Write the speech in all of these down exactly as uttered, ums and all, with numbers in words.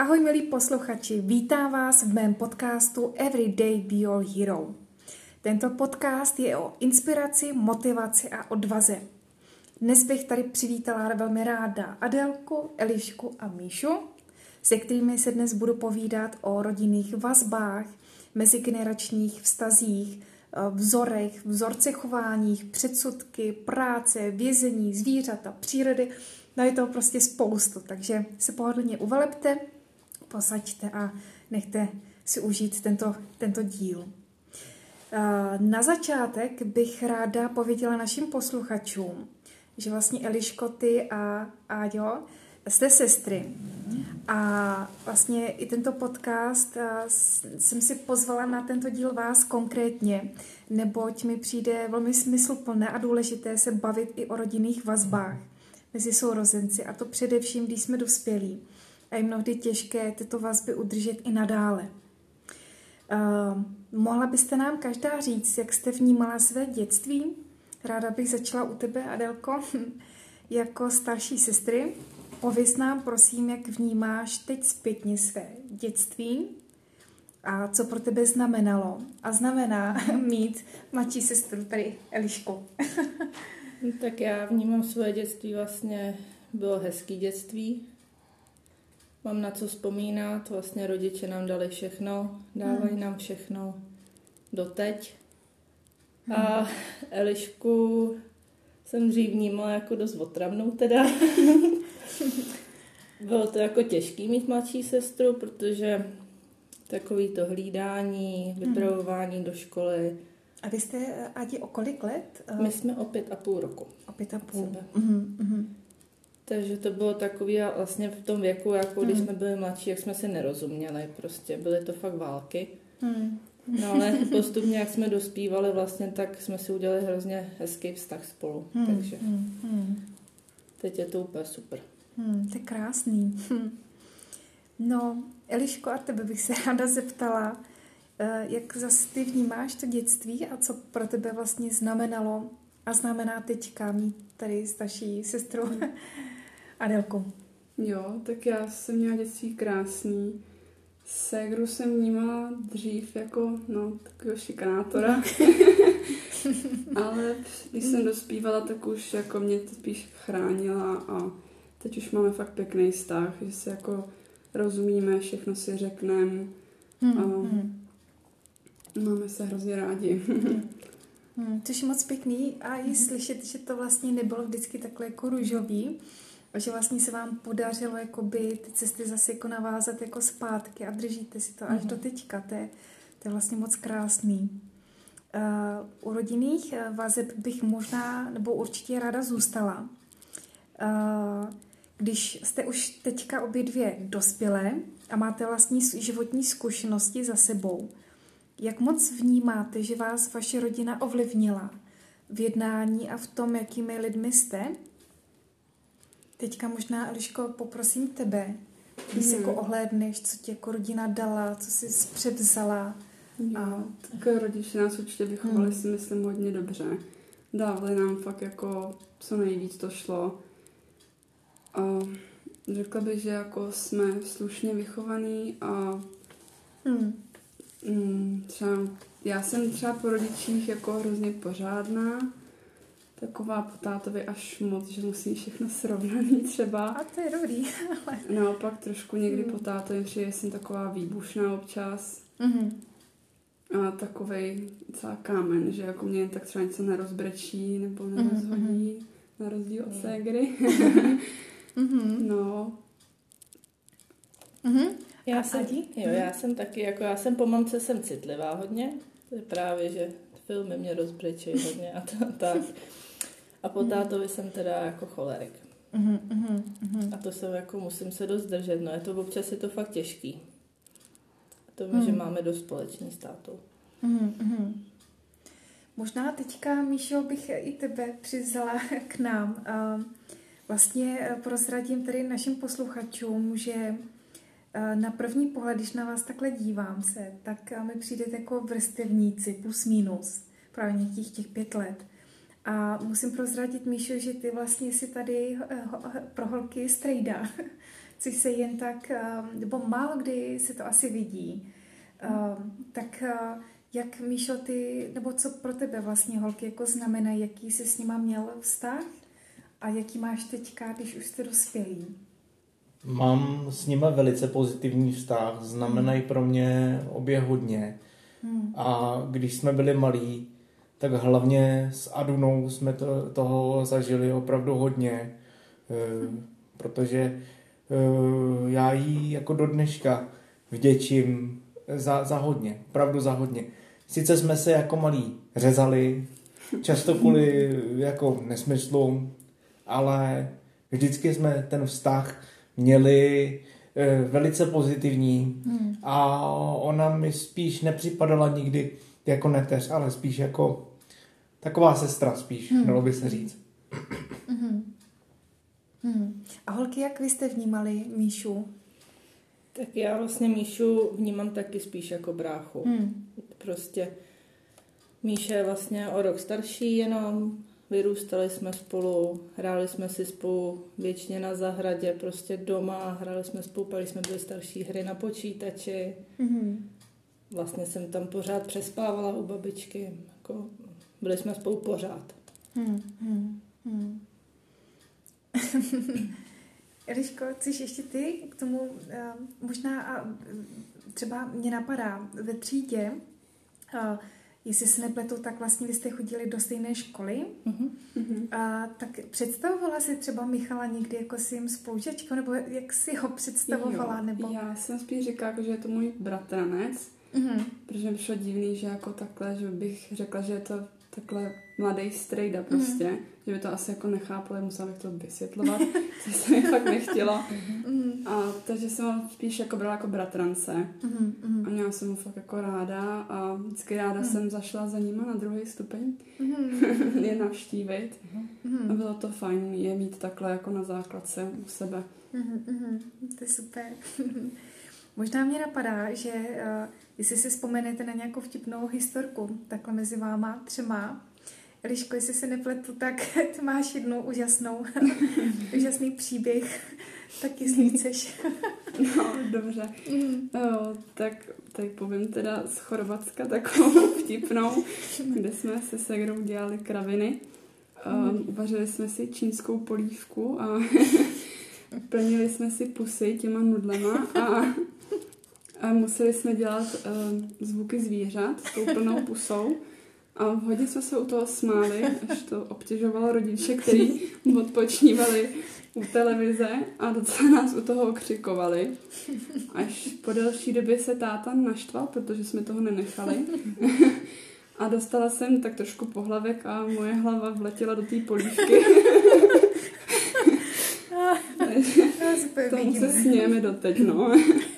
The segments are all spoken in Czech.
Ahoj milí posluchači, vítám vás v mém podcastu Everyday Be Your Hero. Tento podcast je o inspiraci, motivaci a odvaze. Dnes bych tady přivítala velmi ráda Adelku, Elišku a Míšu, se kterými se dnes budu povídat o rodinných vazbách, mezigeneračních vztazích, vzorech, vzorce chováních, předsudky, práce, vězení, zvířata, přírody. No je toho prostě spoustu, takže se pohodlně uvelepte, posaďte a nechte si užít tento, tento díl. Na začátek bych ráda pověděla našim posluchačům, že vlastně Eliško, ty a Áďo jste sestry. A vlastně i tento podcast jsem si pozvala na tento díl vás konkrétně, neboť mi přijde velmi smysluplné a důležité se bavit i o rodinných vazbách mezi sourozenci, a to především, když jsme dospělí. A je mnohdy těžké tyto vazby udržet i nadále. Uh, mohla byste nám každá říct, jak jste vnímala své dětství? Ráda bych začala u tebe, Adelko, jako starší sestry. Pověz nám, prosím, jak vnímáš teď zpětně své dětství a co pro tebe znamenalo a znamená mít mladší sestru, tady Elišku. Tak já vnímám své dětství, vlastně bylo hezký dětství. Mám na co vzpomínat, vlastně rodiče nám dali všechno, dávají hmm. nám všechno doteď. Hmm. A Elišku jsem dřív vnímala jako dost otravnou teda. Bylo to jako těžký mít mladší sestru, protože takový to hlídání, vypravování hmm. do školy. A vy jste, Adi, o kolik let? My jsme o pět a půl roku. O pět a půl. Mm, mm. Takže to bylo takový a vlastně v tom věku, jako když mm. jsme byli mladší, jak jsme se nerozuměli. Prostě byly to fakt války. Mm. No ale postupně, jak jsme dospívali vlastně, tak jsme si udělali hrozně hezký vztah spolu. Mm. Takže mm. teď je to úplně super. Mm, to je krásný. Hm. No, Eliško, a tebe bych se ráda zeptala, jak zase ty vnímáš to dětství a co pro tebe vlastně znamenalo a znamená teďka mít tady starší sestru Adelku. Jo, tak já jsem měla dětství krásný. Ségru jsem vnímala dřív jako, no, takového šikanátora. Ale když jsem dospívala, tak už jako mě to spíš chránila a teď už máme fakt pěkný vztah, že se jako rozumíme, všechno si řekneme. Hmm, a hmm. Máme se hrozně rádi. Hmm, což je moc pěkný a i slyšet, že to vlastně nebylo vždycky takhle jako růžový a že vlastně se vám podařilo jakoby ty cesty zase jako navázat jako zpátky a držíte si to až hmm. do teďka. To je, to je vlastně moc krásný. Uh, u rodinných vazeb bych možná, nebo určitě ráda zůstala. Uh, když jste už teďka obě dvě dospělé a máte vlastní životní zkušenosti za sebou, jak moc vnímáte, že vás vaše rodina ovlivnila v jednání a v tom, jakými lidmi jste? Teďka možná, Eliško, poprosím tebe, když hmm. se jako ohlédneš, co ti jako rodina dala, co jsi převzala. Jo, a... tak rodiče nás určitě vychovali, hmm. si myslím, hodně dobře. Dávali nám fakt jako co nejvíc to šlo. A řekla bych, že jako jsme slušně vychovaní a hmm. Třeba, já jsem třeba po rodičích jako hrozně pořádná, taková po tátovi až moc, že musím všechno srovnaný třeba. A to je dobrý. Ale... Naopak trošku někdy mm. po tátovi přijde, jsem taková výbušná občas. Mm. A takovej celá kámen, že jako mě jen tak třeba něco nerozbrečí nebo nerozhodí, mm. na rozdíl od ségry. mm. No. Mhm. Já jsem, jo, já jsem taky, jako já jsem po mamce jsem citlivá hodně, to je právě, že filmy mě rozbrečejí hodně a to, tak. A po tátovi jsem teda jako cholerik. Mm, mm, mm. A to jsem jako, musím se dost držet, no je to občas je to fakt těžký. A to mm. že máme dost společný s tátou. Mm, mm. Možná teďka, Míšo, bych i tebe přizvala k nám. Vlastně prozradím tady našim posluchačům, že na první pohled, když na vás takhle dívám se, tak mi přijdete jako vrstevníci plus minus, právě nějakých těch pět let. A musím prozradit, Míšo, že ty vlastně si tady pro holky strejda. což se jen tak, nebo málo kdy se to asi vidí. Tak jak, Míšo, ty, nebo co pro tebe vlastně holky jako znamená, jaký jsi s nima měl vztah a jaký máš teďka, když už jste dospělí? Mám s nima velice pozitivní vztah, znamenají pro mě obě hodně. Hmm. A když jsme byli malí, tak hlavně s Adunou jsme to, toho zažili opravdu hodně, hmm. protože já jí jako do dneška vděčím za, za hodně, opravdu za hodně. Sice jsme se jako malí řezali, často kvůli jako nesmyslům, ale vždycky jsme ten vztah měli e, velice pozitivní hmm. a ona mi spíš nepřipadala nikdy jako neteř, ale spíš jako taková sestra spíš, hmm. dalo by se říct. Hmm. Hmm. A holky, jak vy jste vnímali Míšu? Tak já vlastně Míšu vnímám taky spíš jako bráchu. Hmm. Prostě Míša je vlastně o rok starší jenom, vyrůstali jsme spolu, hráli jsme si spolu věčně na zahradě, prostě doma, hráli jsme spolu, pali jsme byli starší hry na počítači. Hmm. Vlastně jsem tam pořád přespávala u babičky, jako byli jsme spolu pořád. Hmm. Hmm. Hmm. Eliško, chceš ještě ty k tomu, uh, možná a třeba mě napadá ve třídě, uh, jestli se nepletu, tak vlastně vy jste chodili do stejné školy, uh-huh. uh, tak představovala si třeba Michala někdy jako svým spolužačkou, nebo jak si ho představovala? Jo, nebo... Já jsem spíš říkala, že je to můj bratranec, uh-huh. protože mi přišlo divný, že jako takhle, že bych řekla, že je to takhle mladý strejda prostě, mm. že by to asi jako nechápali, musela bych to vysvětlovat, co se mi fakt nechtělo. Mm. A takže jsem ho spíš jako brala jako bratrance. Mm. A měla jsem ho fakt jako ráda a vždycky ráda mm. jsem zašla za nima na druhý stupeň mm. je navštívit. Mm. A bylo to fajn je mít takhle jako na základce u sebe. Mm. To je super. Možná mě napadá, že uh, jestli si vzpomenete na nějakou vtipnou historku takhle mezi váma třema, Eliško, jestli se nepletu, tak ty máš jednu úžasnou, úžasný příběh, tak jestli chceš. No, dobře. Mm. O, tak, tak povím teda z Chorvatska takovou vtipnou, kde jsme se segrou dělali kraviny. Um, uvařili jsme si čínskou polívku a plnili jsme si pusy těma nudlema a A museli jsme dělat uh, zvuky zvířat s tou plnou pusou a hodně jsme se u toho smáli, až to obtěžovalo rodiče, kteří odpočívali u televize a docela nás u toho okřikovali. Až po delší době se táta naštval, protože jsme toho nenechali. A dostala jsem tak trošku pohlavek a moje hlava vletěla do té polívky. Tomu se smějeme doteď, no.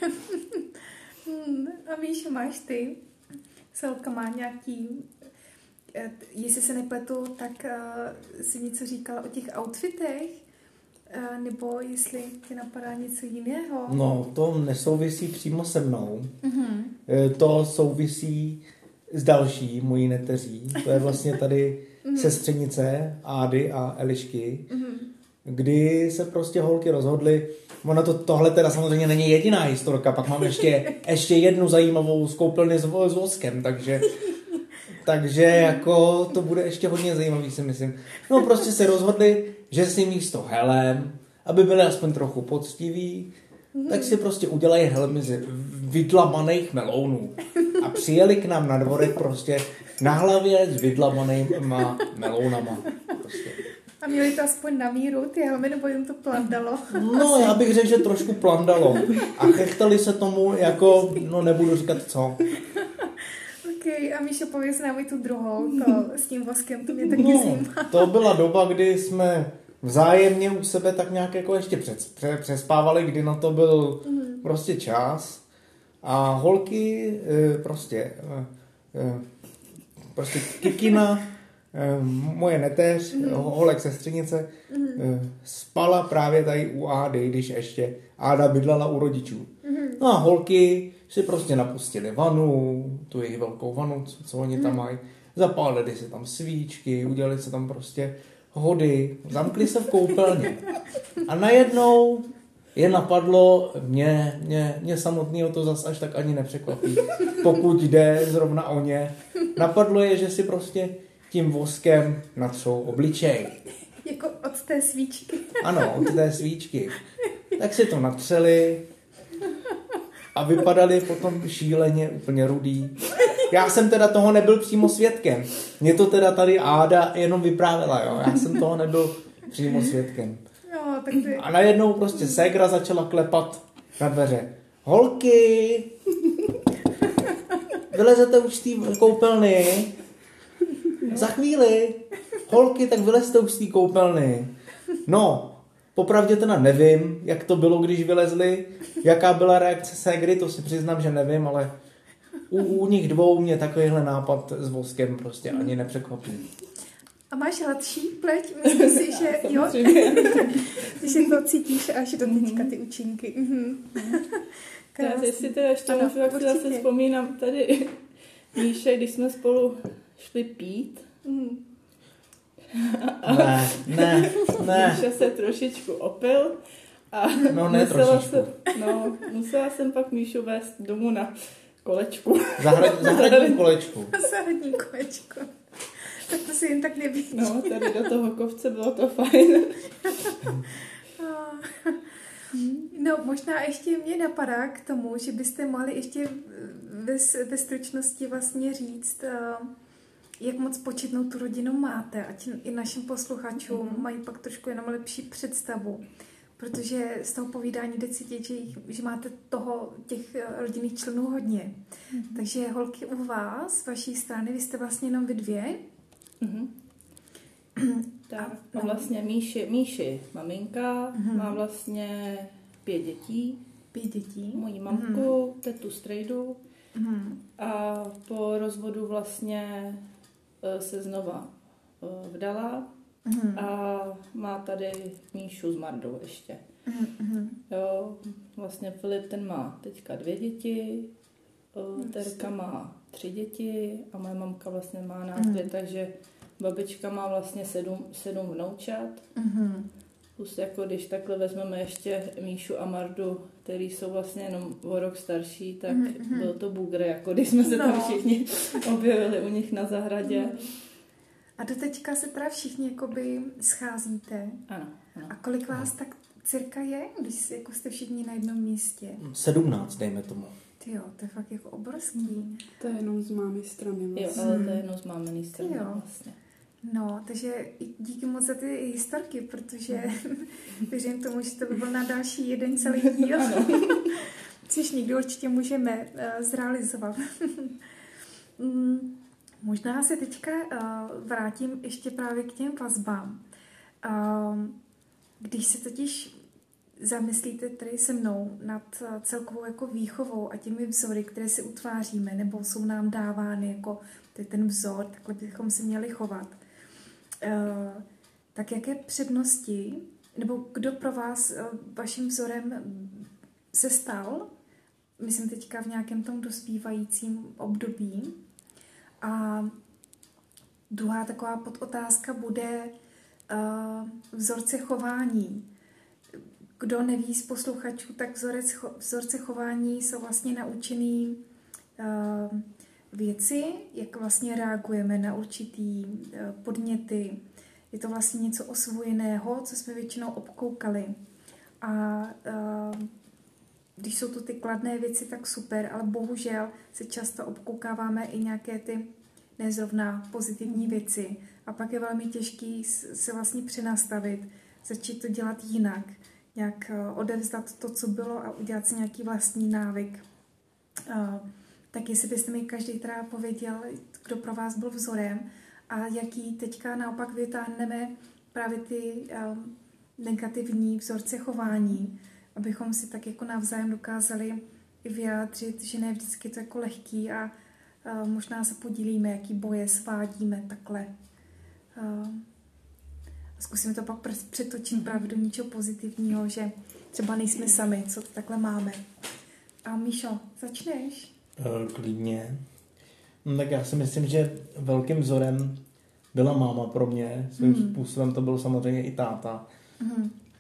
A Míšo, máš ty? Selka má nějaký, jestli se nepletu, tak uh, si něco říkala o těch outfitech? Uh, nebo jestli ti napadá něco jiného? No, to nesouvisí přímo se mnou. Uh-huh. To souvisí s další mojí neteří. To je vlastně tady uh-huh. sestřenice Ády a Elišky, uh-huh. kdy se prostě holky rozhodly. Ono to, tohle teda samozřejmě není jediná historka, pak mám ještě, ještě jednu zajímavou z koupelny s, s voskem, takže, takže jako to bude ještě hodně zajímavý, si myslím. No prostě se rozhodli, že si místo helem, aby byli aspoň trochu poctiví, tak si prostě udělají helmy z vydlabaných melounů. A přijeli k nám na dvorek prostě na hlavě s vydlabanýma melounama. Prostě. A měli to aspoň na míru, ty helmy, nebo jim to plandalo? No, já bych řekl, že trošku plandalo. A chechtali se tomu jako, no nebudu říkat co. Ok, a Míšo, pověz nám i tu druhou, to s tím voskem, to mě taky no, zajímá. To byla doba, kdy jsme vzájemně u sebe tak nějak jako ještě přes, pře, přespávali, kdy na to byl mm. prostě čas. A holky prostě, prostě Kikina, moje neteř, mm. holek sestřenice, mm. spala právě tady u Ády, když ještě Áda bydlela u rodičů. Mm. No a holky si prostě napustili vanu, tu jejich velkou vanu, co, co oni mm. tam mají, zapálili si tam svíčky, udělali se tam prostě hody, zamkli se v koupelně. A najednou je napadlo, mě, mě, mě samotného to zas až tak ani nepřekvapí. Pokud jde zrovna o ně, napadlo je, že si prostě tím voskem natřou obličej. Jako od té svíčky. Ano, od té svíčky. Tak si to natřeli a vypadali potom šíleně úplně rudý. Já jsem teda toho nebyl přímo svědkem. Mě to teda tady Áda jenom vyprávěla, jo. Já jsem toho nebyl přímo svědkem. No, tak ty... A najednou prostě ségra začala klepat na dveře. Holky! Vylezete už z té koupelny. Za chvíli. Holky, tak vylezte už z té koupelny. No, popravdě teda nevím, jak to bylo, když vylezli. Jaká byla reakce ségry, to si přiznám, že nevím, ale u, u nich dvou mě takovýhle nápad s voskem prostě ani nepřekvapí. A máš hladší pleť? Myslím si, že jo? Že to cítíš až do teďka ty účinky. Mhm. Já si teda ještě můžu, jak si zase vzpomínám tady Míše, když jsme spolu šli pít. Mm. Ne, ne, ne. Míša se trošičku opil a no, ne musela, se, no, musela jsem pak Míšu vést domů na kolečku. Zahrad, zahradní kolečku. Zahradní kolečku. Tak to si jen tak neví. No, tady do toho kovce bylo to fajn. No, možná ještě mě napadá k tomu, že byste mohli ještě ve, ve stručnosti vlastně říct, jak moc početnou tu rodinu máte, ať i našim posluchačům mm-hmm. mají pak trošku jenom lepší představu. Protože z toho povídání jde cítit, že, že máte toho, těch rodinných členů hodně. Mm-hmm. Takže holky u vás, z vaší strany, vy jste vlastně jenom vy dvě. Mm-hmm. Tak, a vlastně Míši, Míši maminka, mm-hmm. má vlastně pět dětí. Pět dětí. Moji mamku, mm-hmm. tetu strejdu. Mm-hmm. A po rozvodu vlastně se znova vdala. Mm-hmm. A má tady Míšu s Mardou ještě. Mm-hmm. Jo, vlastně Filip ten má teďka dvě děti, Terka má tři děti a moje mamka vlastně má nás dvě, mm-hmm. takže babička má vlastně sedm, sedm vnoučat. Mm-hmm. Plus jako když takhle vezmeme ještě Míšu a Mardu, který jsou vlastně jenom o rok starší, tak mm-hmm. byl to bugr, jako když jsme se no. tam všichni objevili u nich na zahradě. Mm. A do teďka se teda všichni jakoby scházíte. Ano, ano. A kolik vás no. tak cirka je, když jako jste všichni na jednom místě? Sedmnáct, dejme tomu. Tyjo, to je fakt jako obrovský. To je jenom z mámy strany vlastně. Jo, ale to je jenom z máminy strany vlastně. No, takže díky moc za ty historky, protože věřím tomu, že to by byl na další jeden celý díl, což někdy určitě můžeme uh, zrealizovat. mm, možná se teďka uh, vrátím ještě právě k těm vazbám. Uh, když se totiž zamyslíte tady se mnou nad celkovou jako výchovou a těmi vzory, které si utváříme, nebo jsou nám dávány jako ten vzor, takhle bychom si měli chovat. Uh, tak jaké přednosti, nebo kdo pro vás uh, vaším vzorem se stal, myslím teďka v nějakém tom dospívajícím období. A druhá taková podotázka bude uh, vzorce chování. Kdo neví z posluchačů, tak vzorec, vzorce chování jsou vlastně naučený uh, věci, jak vlastně reagujeme na určitý uh, podněty. Je to vlastně něco osvojeného, co jsme většinou obkoukali. A uh, když jsou to ty kladné věci, tak super, ale bohužel se často obkoukáváme i nějaké ty nezrovna pozitivní věci. A pak je velmi těžký se vlastně přenastavit, začít to dělat jinak. Nějak odevzdat to, co bylo a udělat si nějaký vlastní návyk. Uh, tak jestli byste mi každý teda pověděl, kdo pro vás byl vzorem a jaký teďka naopak vytáhneme právě ty um, negativní vzorce chování, abychom si tak jako navzájem dokázali vyjádřit, že ne vždycky je to jako lehký a uh, možná se podílíme, jaký boje svádíme takhle. Uh, Zkusíme to pak přetočit právě do něčeho pozitivního, že třeba nejsme sami, co to takhle máme. A Míšo, začneš? Klidně. No, tak já si myslím, že velkým vzorem byla máma pro mě. Svým mm. způsobem to byl samozřejmě i táta. Mm.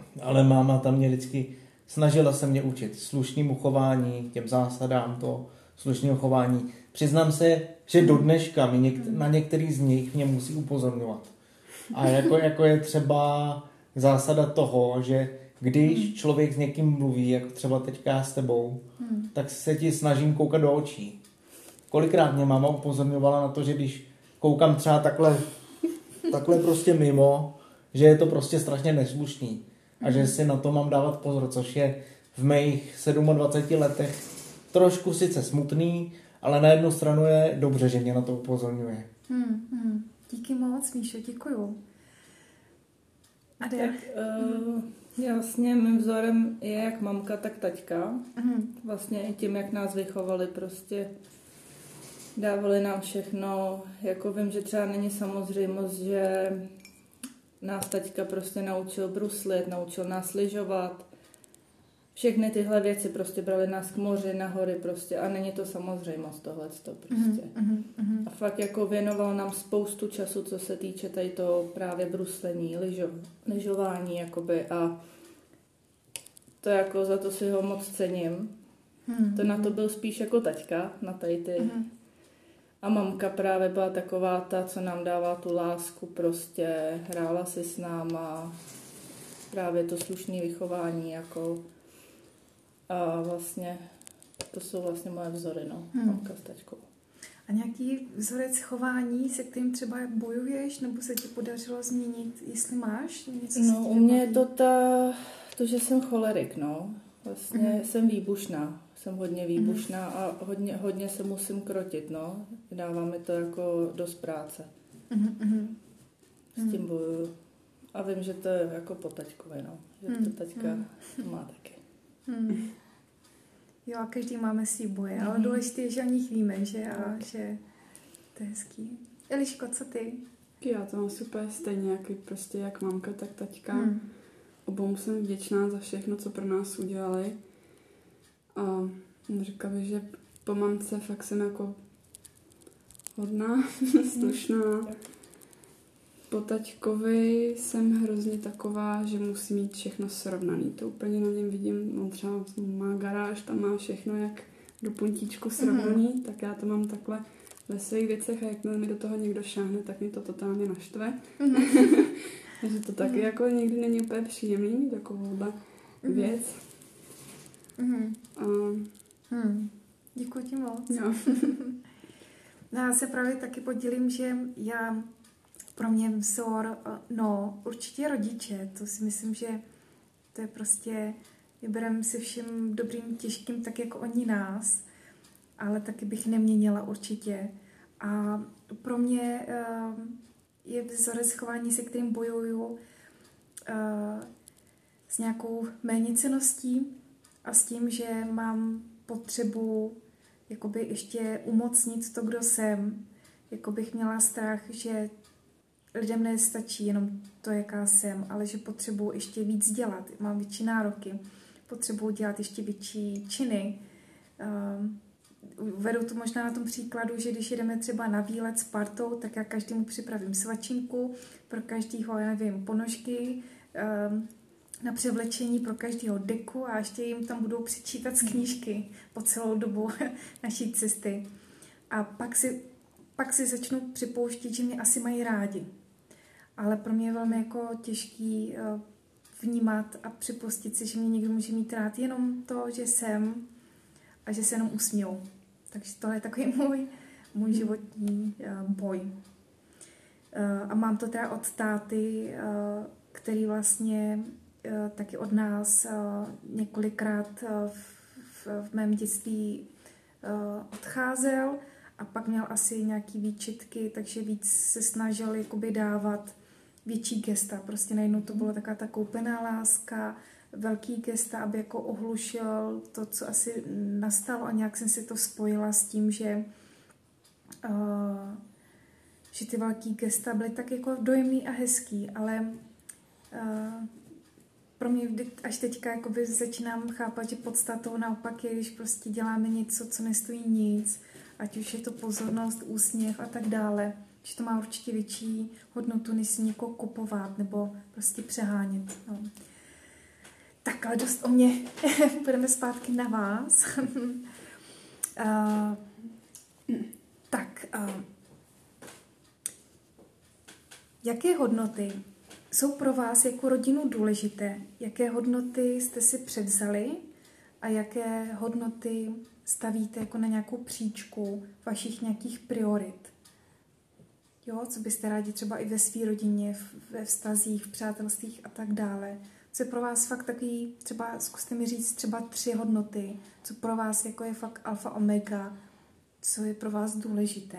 ale máma tam mě vždycky snažila se mě učit slušnému chování, těm zásadám to slušného chování. Přiznám se, že do dneška mi něk- na některý z nich mě musí upozorňovat. A jako, jako je třeba zásada toho, že když člověk s někým mluví, jako třeba teďka s tebou, tak se ti snažím koukat do očí. Kolikrát mě máma upozorňovala na to, že když koukám třeba takhle, takhle prostě mimo, že je to prostě strašně neslušný a že si na to mám dávat pozor, což je v mých dvaceti sedmi letech trošku sice smutný, ale na jednu stranu je dobře, že mě na to upozorňuje. Hmm, hmm. Díky moc, Míšo, děkuju. A tak uh, vlastně mým vzorem je jak mamka, tak taťka. Hmm. Vlastně i tím, jak nás vychovali, prostě dávali nám všechno. Jako vím, že třeba není samozřejmost, že nás taťka prostě naučil bruslit, naučil nás lyžovat. Všechny tyhle věci prostě brali nás k moři, na hory prostě a není to samozřejmost tohleto prostě. Mm, mm, a fakt jako věnoval nám spoustu času, co se týče tady toho právě bruslení, lyžo, lyžování jakoby a to jako za to si ho moc cením. mm, To na to byl spíš jako taťka, na tady ty. mm. A mamka právě byla taková ta, co nám dává tu lásku prostě, hrála si s náma, právě to slušné vychování jako. A vlastně to jsou vlastně moje vzory, no, hmm. mamka s taťkou. A nějaký vzorec chování, se kterým třeba bojuješ, nebo se ti podařilo změnit, jestli máš něco? No, u mě je to ta, to, že jsem cholerik, no. Vlastně hmm. jsem výbušná, jsem hodně výbušná hmm. a hodně, hodně se musím krotit, no. Dává mi to jako dost práce. Hmm. S tím bojuju. A vím, že to je jako po taťkovi, no. Že hmm. to taťka hmm. má taky. Hmm. Jo, a každý máme svý boje, mm-hmm. ale důležité je, že o nich víme, že a že to je hezký. Eliško, co ty? Já to mám super stejně, jak, prostě jak mamka, tak taťka. Hmm. Obou jsem vděčná za všechno, co pro nás udělali. A říkala bych, že po mamce fakt jsem jako hodná, slušná. Po taťkovi jsem hrozně taková, že musí mít všechno srovnaný. To úplně na něm vidím, on třeba má garáž, tam má všechno jak do puntíčku srovnaný, mm-hmm. tak já to mám takhle ve svých věcech a jakmile mi do toho někdo šáhne, tak mě to totálně naštve. Mm-hmm. Takže to taky mm-hmm. jako někdy není úplně příjemný mít takovouhle mm-hmm. věc. Mm-hmm. A... Hmm. Děkuji ti moc. Jo. Já se právě taky podělím, že já pro mě vzor, no určitě rodiče, to si myslím, že to je prostě, vybereme si všem dobrým, těžkým, tak jako oni nás, ale taky bych neměnila určitě. A pro mě uh, je vzorec chování, se kterým bojuju uh, s nějakou méněcenností a s tím, že mám potřebu jakoby ještě umocnit to, kdo jsem. Jako bych měla strach, že lidem nestačí jenom to, jaká jsem, ale že potřebuji ještě víc dělat. Mám větší nároky, potřebuji dělat ještě větší činy. Vedu to možná na tom příkladu, že když jedeme třeba na výlet s partou, tak já každému připravím svačinku, pro každýho, já nevím, ponožky, na převlečení pro každého deku a ještě jim tam budou přičítat z knížky po celou dobu naší cesty. A pak si, pak si začnu připouštět, že mě asi mají rádi. Ale pro mě je velmi jako těžký vnímat a připustit si, že mě někdo může mít rád jenom to, že jsem a že se jenom usmějou. Takže to je takový můj, můj životní boj. A mám to teda od táty, který vlastně taky od nás několikrát v, v mém dětství odcházel a pak měl asi nějaký výčitky, takže víc se snažil jakoby dávat větší gesta. Prostě najednou to bylo taková ta koupená láska, velký gesta, aby jako ohlušil to, co asi nastalo a nějak jsem si to spojila s tím, že, uh, že ty velký gesta byly tak jako dojemný a hezký, ale uh, pro mě až teďka jakoby začínám chápat, že podstatou naopak je, když prostě děláme něco, co nestojí nic, ať už je to pozornost, úsměv a tak dále, že to má určitě větší hodnotu, než si někoho kupovat nebo prostě přehánět. No. Tak ale dost o mě. Půjdeme zpátky na vás. uh, tak, uh, jaké hodnoty jsou pro vás jako rodinu důležité? Jaké hodnoty jste si převzali a jaké hodnoty stavíte jako na nějakou příčku vašich nějakých priorit? Jo, co byste rádi třeba i ve své rodině, ve vztazích, v přátelstvích a tak dále. Co je pro vás fakt takový, třeba zkuste mi říct třeba tři hodnoty, co pro vás jako je fakt alfa omega, co je pro vás důležité.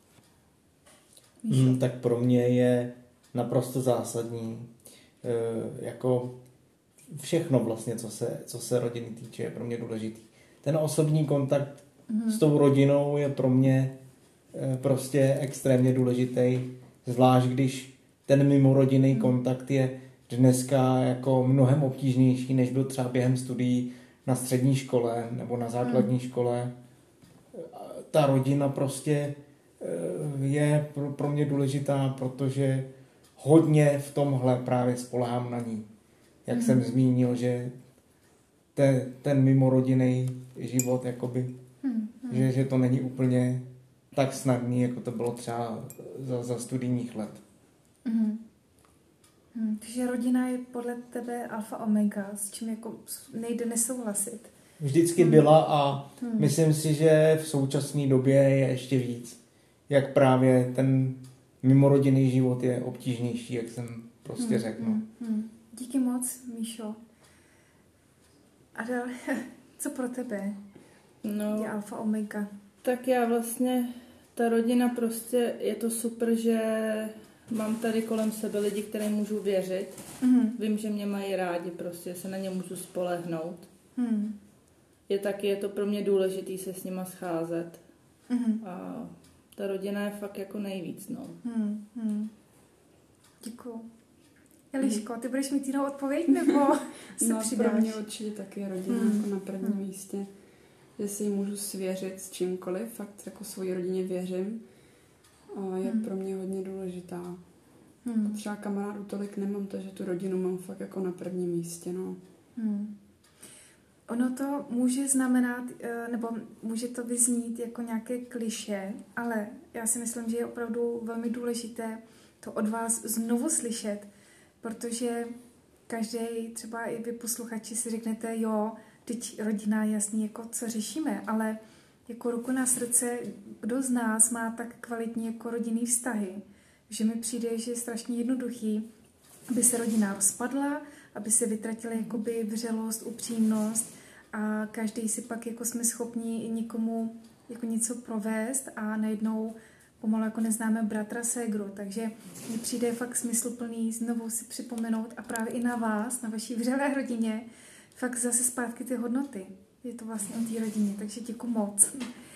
Hmm, tak pro mě je naprosto zásadní, e, jako všechno vlastně, co se, co se rodiny týče, je pro mě důležitý. Ten osobní kontakt mm-hmm. s tou rodinou je pro mě e, prostě extrémně důležitý, zvlášť když ten mimorodinný mm-hmm. kontakt je dneska jako mnohem obtížnější, než byl třeba během studií na střední škole nebo na základní mm. škole. Ta rodina prostě je pro mě důležitá, protože hodně v tomhle právě spoléhám na ní. Jak mm. jsem zmínil, že te, ten mimorodinný život, jakoby, mm. že, že to není úplně tak snadný, jako to bylo třeba za, za studijních let. Mm. Hmm, takže rodina je podle tebe alfa omega, s čím jako nejde nesouhlasit. Vždycky hmm. byla a hmm. myslím si, že v současné době je ještě víc. Jak právě ten mimorodinný život je obtížnější, jak jsem prostě hmm. řekl. Hmm. Hmm. Díky moc, Míšo. Adel, co pro tebe no, je alfa omega? Tak já vlastně, ta rodina prostě, je to super, že mám tady kolem sebe lidi, kterým můžu věřit. Mm. Vím, že mě mají rádi, prostě se na ně můžu spolehnout. Mm. Je taky, je to pro mě důležitý se s nima scházet. Mm. A ta rodina je fakt jako nejvíc, no. Mm. Mm. Děkuju. Eliško, ty budeš mít jinou odpověď, nebo se no, přidáš? Pro mě určitě taky rodina mm. jako na prvním mm. místě. Že si ji můžu svěřit s čímkoliv, fakt jako svojí rodině věřím. A je hmm. pro mě hodně důležitá. Hmm. Třeba kamarádů tolik nemám, takže tu rodinu mám fakt jako na prvním místě, no. Hmm. Ono to může znamenat, nebo může to vyznít jako nějaké klišé, ale já si myslím, že je opravdu velmi důležité to od vás znovu slyšet, protože každý, třeba i vy posluchači si řeknete, jo, teď rodina, jasný, jako co řešíme, ale jako ruku na srdce, kdo z nás má tak kvalitní jako rodinný vztahy, že mi přijde, že je strašně jednoduchý, aby se rodina rozpadla, aby se vytratila jakoby vřelost, upřímnost a každý si pak jako jsme schopni někomu jako něco provést a najednou pomalu jako neznáme bratra, ségru, takže mi přijde fakt smysluplný znovu si připomenout a právě i na vás, na vaší vřelé rodině, fakt zase zpátky ty hodnoty. Je to vlastně o té rodině, takže děkuji moc.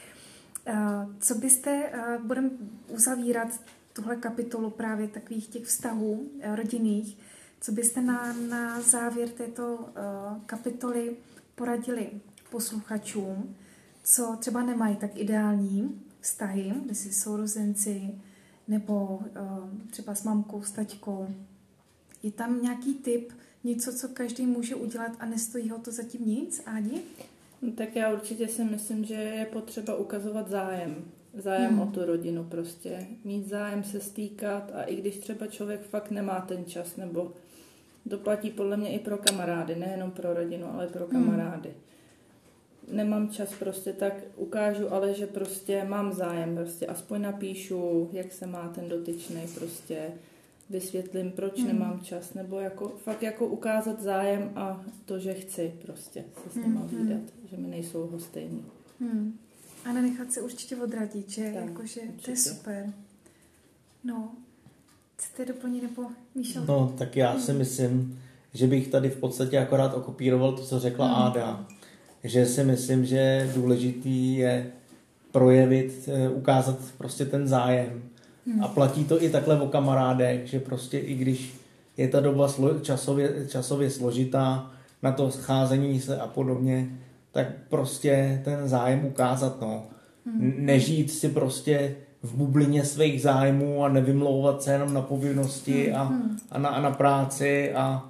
Co byste, budeme uzavírat tuhle kapitolu právě takových těch vztahů rodinných, co byste na, na závěr této kapitoly poradili posluchačům, co třeba nemají tak ideální vztahy, mezi sourozenci nebo třeba s mamkou, s taťkou. Je tam nějaký tip, něco, co každý může udělat a nestojí ho to zatím nic, Ádi? No, tak já určitě si myslím, že je potřeba ukazovat zájem. Zájem hmm. o tu rodinu prostě. Mít zájem se stýkat a i když třeba člověk fakt nemá ten čas, nebo to platí podle mě i pro kamarády, nejenom pro rodinu, ale pro kamarády. Hmm. Nemám čas prostě, tak ukážu, ale že prostě mám zájem, prostě aspoň napíšu, jak se má ten dotyčnej, prostě vysvětlím, proč hmm. nemám čas, nebo jako, fakt jako ukázat zájem a to, že chci prostě se s nima hmm. výdat, že mi nejsou lhostejní. Hmm. A nenechat se určitě odradit, že tak, jakože to je super. No, chcete doplnit nebo Míšo? No, tak já si myslím, že bych tady v podstatě akorát okopíroval to, co řekla hmm. Áda. Že si myslím, že důležitý je projevit, ukázat prostě ten zájem. Hmm. A platí to i takhle o kamarádech, že prostě i když je ta doba slo- časově, časově složitá na to scházení se a podobně, tak prostě ten zájem ukázat, no. Hmm. Nežít si prostě v bublině svých zájmů a nevymlouvat se jenom na povinnosti hmm. a, a, na, a na práci a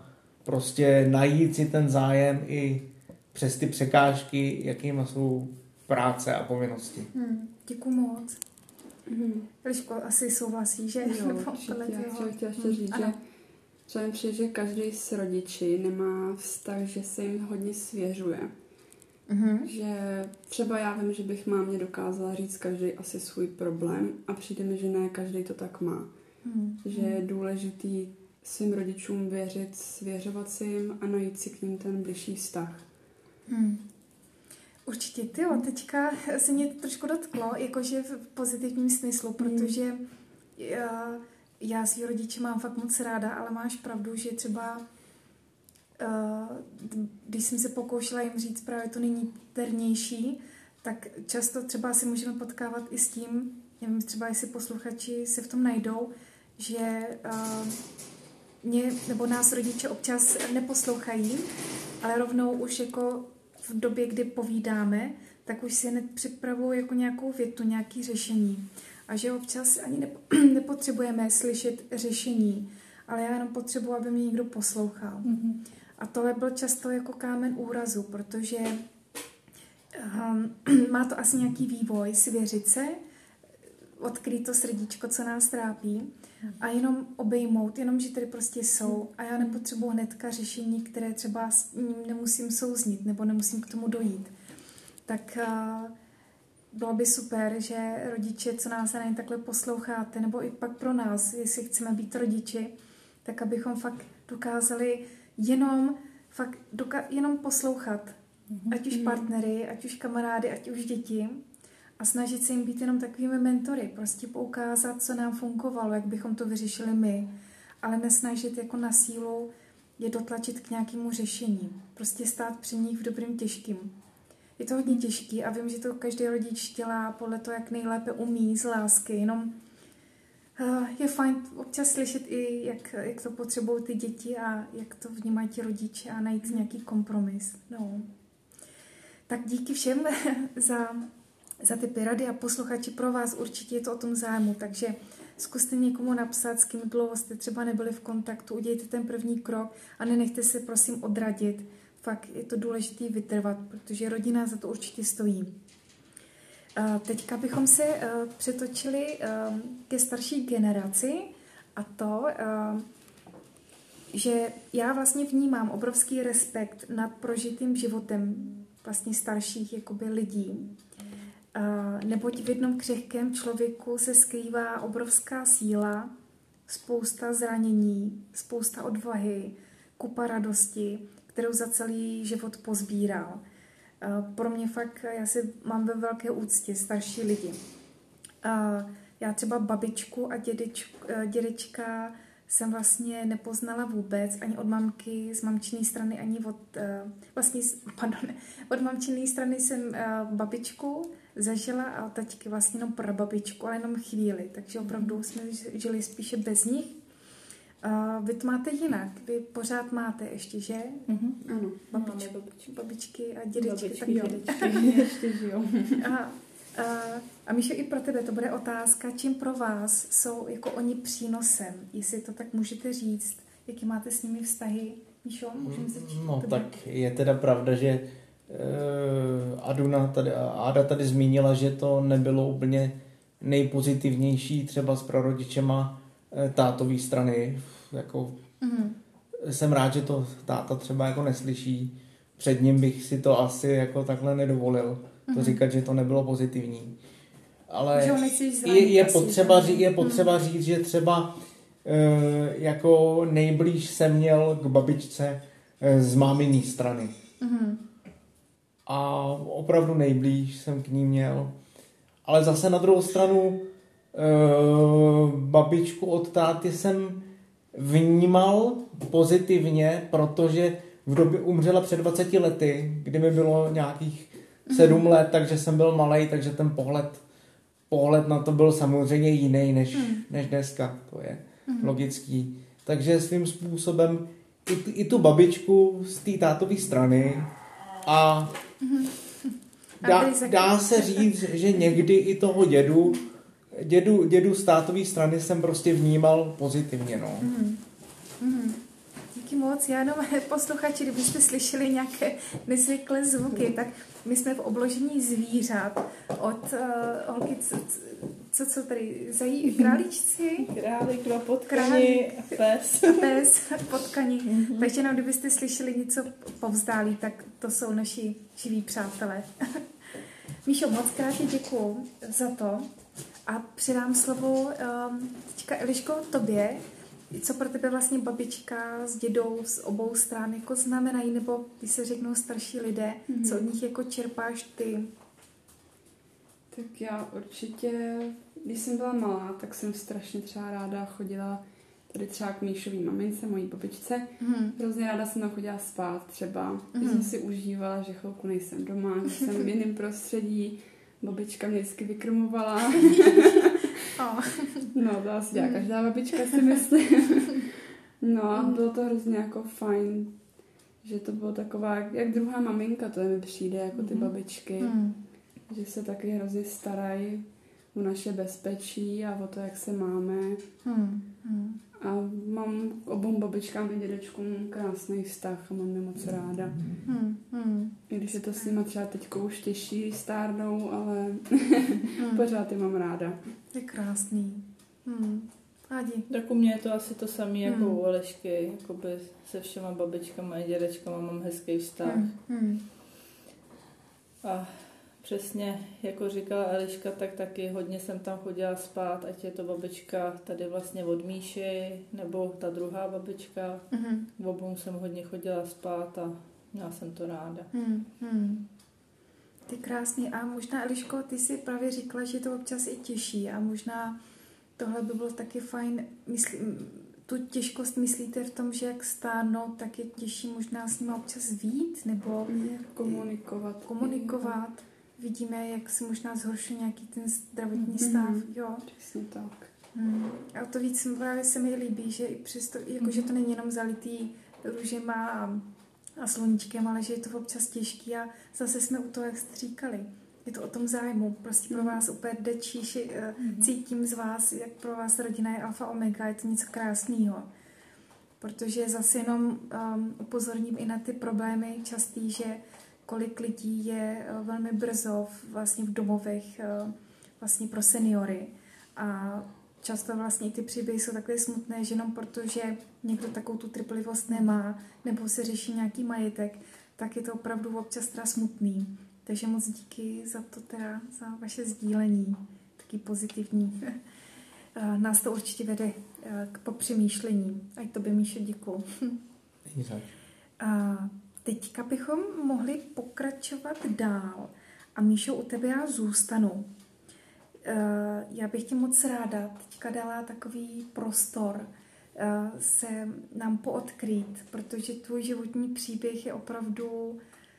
prostě najít si ten zájem i přes ty překážky, jakými jsou práce a povinnosti. Hmm, děkuju moc. Hmm. Liško asi souhlasí, že? Jo, určitě. Já jsem chtěla ještě říct, hmm, že třeba mi přijde, že každý z rodiči nemá vztah, že se jim hodně svěřuje. Mm-hmm. Že třeba já vím, že bych mámě dokázala říct každý asi svůj problém a přijde mi, že ne každý to tak má. Mm-hmm. Že je důležitý svým rodičům věřit, svěřovat si jim a najít si k ním ten bližší vztah. Hmm. Určitě, ty jo, teďka se mě trošku dotklo, jakože v pozitivním smyslu, protože já, já svý rodiče mám fakt moc ráda, ale máš pravdu, že třeba když jsem se pokoušela jim říct právě to nejniternější, tak často třeba si můžeme potkávat i s tím, nevím, třeba jestli posluchači se v tom najdou, že mě nebo nás rodiče občas neposlouchají, ale rovnou už jako v době, kdy povídáme, tak už si hned připravují jako nějakou větu, nějaké řešení. A že občas ani nepo- nepotřebujeme slyšet řešení, ale já jenom potřebuji, aby mě někdo poslouchal. Mm-hmm. A tohle byl často jako kámen úrazu, protože um, má to asi nějaký vývoj, svěřit se, odkryt to srdíčko, co nás trápí a jenom obejmout, jenom, že tady prostě jsou a já nepotřebuji hnedka řešení, které třeba nemusím souznit nebo nemusím k tomu dojít. Tak uh, bylo by super, že rodiče, co nás na ně takhle posloucháte, nebo i pak pro nás, jestli chceme být rodiči, tak abychom fakt dokázali jenom, fakt doka- jenom poslouchat, mm-hmm. ať už partnery, ať už kamarády, ať už děti a snažit se jim být jenom takovými mentory, prostě poukázat, co nám fungovalo, jak bychom to vyřešili my, ale nesnažit jako na sílu je dotlačit k nějakému řešení. Prostě stát při nich v dobrým těžkým. Je to hodně těžký a vím, že to každý rodič dělá podle toho, jak nejlépe umí z lásky, jenom uh, je fajn občas slyšet i, jak, jak to potřebují ty děti a jak to vnímají ti rodiče a najít nějaký kompromis. No. Tak díky všem za, za ty rady a posluchači, pro vás určitě je to o tom zájmu, takže zkuste někomu napsat, s kým dlouho jste třeba nebyli v kontaktu, udějte ten první krok a nenechte se prosím odradit. Fakt je to důležité vytrvat, protože rodina za to určitě stojí. Teďka bychom se přetočili ke starší generaci a to, že já vlastně vnímám obrovský respekt nad prožitým životem vlastně starších jakoby lidí. Neboť v jednom křehkém člověku se skrývá obrovská síla, spousta zranění, spousta odvahy, kupa radosti, kterou za celý život pozbíral. Pro mě fakt, já si mám ve velké úctě starší lidi. Já třeba babičku a dědečku, dědečka jsem vlastně nepoznala vůbec, ani od mamky z mamčiné strany, ani od, vlastně, pardon, od mamčiné strany jsem babičku zažila a taťky vlastně jenom prababičku, ale jenom chvíli, takže opravdu jsme žili spíše bez nich. Uh, vy to máte jinak, vy pořád máte ještě, že? Mm-hmm. Ano, Babič, babičky. babičky a dědečky. Babičky, tak dědečky, ještě žijou. a, a, a Míšo, i pro tebe to bude otázka, čím pro vás jsou jako oni přínosem, jestli to tak můžete říct, jaký máte s nimi vztahy. Míšo, můžeme začít? No tak je teda pravda, že uh, Aduna tady, Áda tady zmínila, že to nebylo úplně nejpozitivnější třeba s prarodičema tátový strany, jako mm-hmm. jsem rád, že to táta třeba jako neslyší. Před ním bych si to asi jako takhle nedovolil, mm-hmm. to říkat, že to nebylo pozitivní. Ale je, je, potřeba, ří, je potřeba mm. říct, že třeba e, jako nejblíž jsem měl k babičce e, z máminý strany. Mm-hmm. A opravdu nejblíž jsem k ní měl. Ale zase na druhou stranu Uh, babičku od táty jsem vnímal pozitivně, protože v době umřela před dvaceti lety, kdy mi bylo nějakých sedm let, takže jsem byl malej, takže ten pohled, pohled na to byl samozřejmě jiný než, než dneska, to je logický. Takže svým způsobem i, i tu babičku z té tátové strany a dá, dá se říct, že někdy i toho dědu Dědu, dědu z tátové strany jsem prostě vnímal pozitivně, no. Mm. Mm. Díky moc. moc. Já jenom posluchači, kdybyste slyšeli nějaké nezvyklé zvuky, tak my jsme v obložení zvířat od uh, holky, co, co, co tady, zají, králíčci? Králík, dva potkani, pes. Pes, potkani. Mm-hmm. Takže jenom kdybyste slyšeli něco povzdálí, tak to jsou naši živí přátelé. Míšo, moc krát děkuju za to a předám slovo um, teďka Eliško tobě. Co pro tebe vlastně babička s dědou z obou stran jako znamenají, nebo když se řeknou starší lidé, mm-hmm. co od nich jako čerpáš ty? Tak já určitě, když jsem byla malá, tak jsem strašně třeba ráda chodila tady třeba k Míšový mamince, mojí babičce. Mm-hmm. Hrozně ráda jsem tam chodila spát třeba. Mm-hmm. Jsem si užívala, že chvilku nejsem doma, že jsem v jiném prostředí. Babička mě vždycky vykrmovala. Oh. No, to asi dělá každá babička, si myslím. No a bylo to hrozně jako fajn, že to bylo taková, jak druhá maminka, to mi přijde, jako ty babičky. Mm. Že se taky hrozně starají o naše bezpečí a o to, jak se máme. Mm. Mm. A mám k obou babičkám i dědečkům krásný vztah a mám je moc ráda. Hmm, hmm. I když je to s nima třeba teďko už těžší, stárnou, ale hmm. pořád je mám ráda. Je krásný. Hmm. Adi. Tak u mě je to asi to samé jako hmm. u Elišky. Jakoby se všema babičkama a dědečkama mám hezký vztah. Hmm. Hmm. A přesně, jako říkala Eliška, tak taky hodně jsem tam chodila spát, ať je to babička tady vlastně od Míši, nebo ta druhá babička. Mm-hmm. V obou jsem hodně chodila spát a měla jsem to ráda. Mm-hmm. Ty krásný. A možná, Eliško, ty si právě říkala, že to občas i těžší a možná tohle by bylo taky fajn. Myslí, tu těžkost myslíte v tom, že jak stárnout, tak je těžší možná s nimi občas vyjít, nebo komunikovat. Komunikovat. Vidíme, jak se možná zhoršuje nějaký ten zdravotní stav. Mm, jo. Přesně tak. Mm. A to víc právě se mi líbí, že i přesto, jako, mm. že to není jenom zalitý růžema a, a sluníčkem, ale že je to občas těžký a zase jsme u toho, jak jste říkali. Je to o tom zájmu. Prostě pro vás úplně jde číši, mm. cítím z vás, jak pro vás rodina je alfa omega, je to něco krásného. Protože zase jenom um, upozorním i na ty problémy častý, že kolik lidí je velmi brzo vlastně v domovech vlastně pro seniory. A často vlastně ty příběhy jsou takové smutné, že jenom protože někdo takovou tu trpělivost nemá, nebo se řeší nějaký majetek, tak je to opravdu občas teda smutný. Takže moc díky za to teda, za vaše sdílení, taky pozitivní. Nás to určitě vede k popřemýšlení. Ať to by Míšo, děkuju. A teďka bychom mohli pokračovat dál. A Míšo, u tebe já zůstanu. Já bych tě moc ráda teďka dala takový prostor se nám poodkrýt, protože tvůj životní příběh je opravdu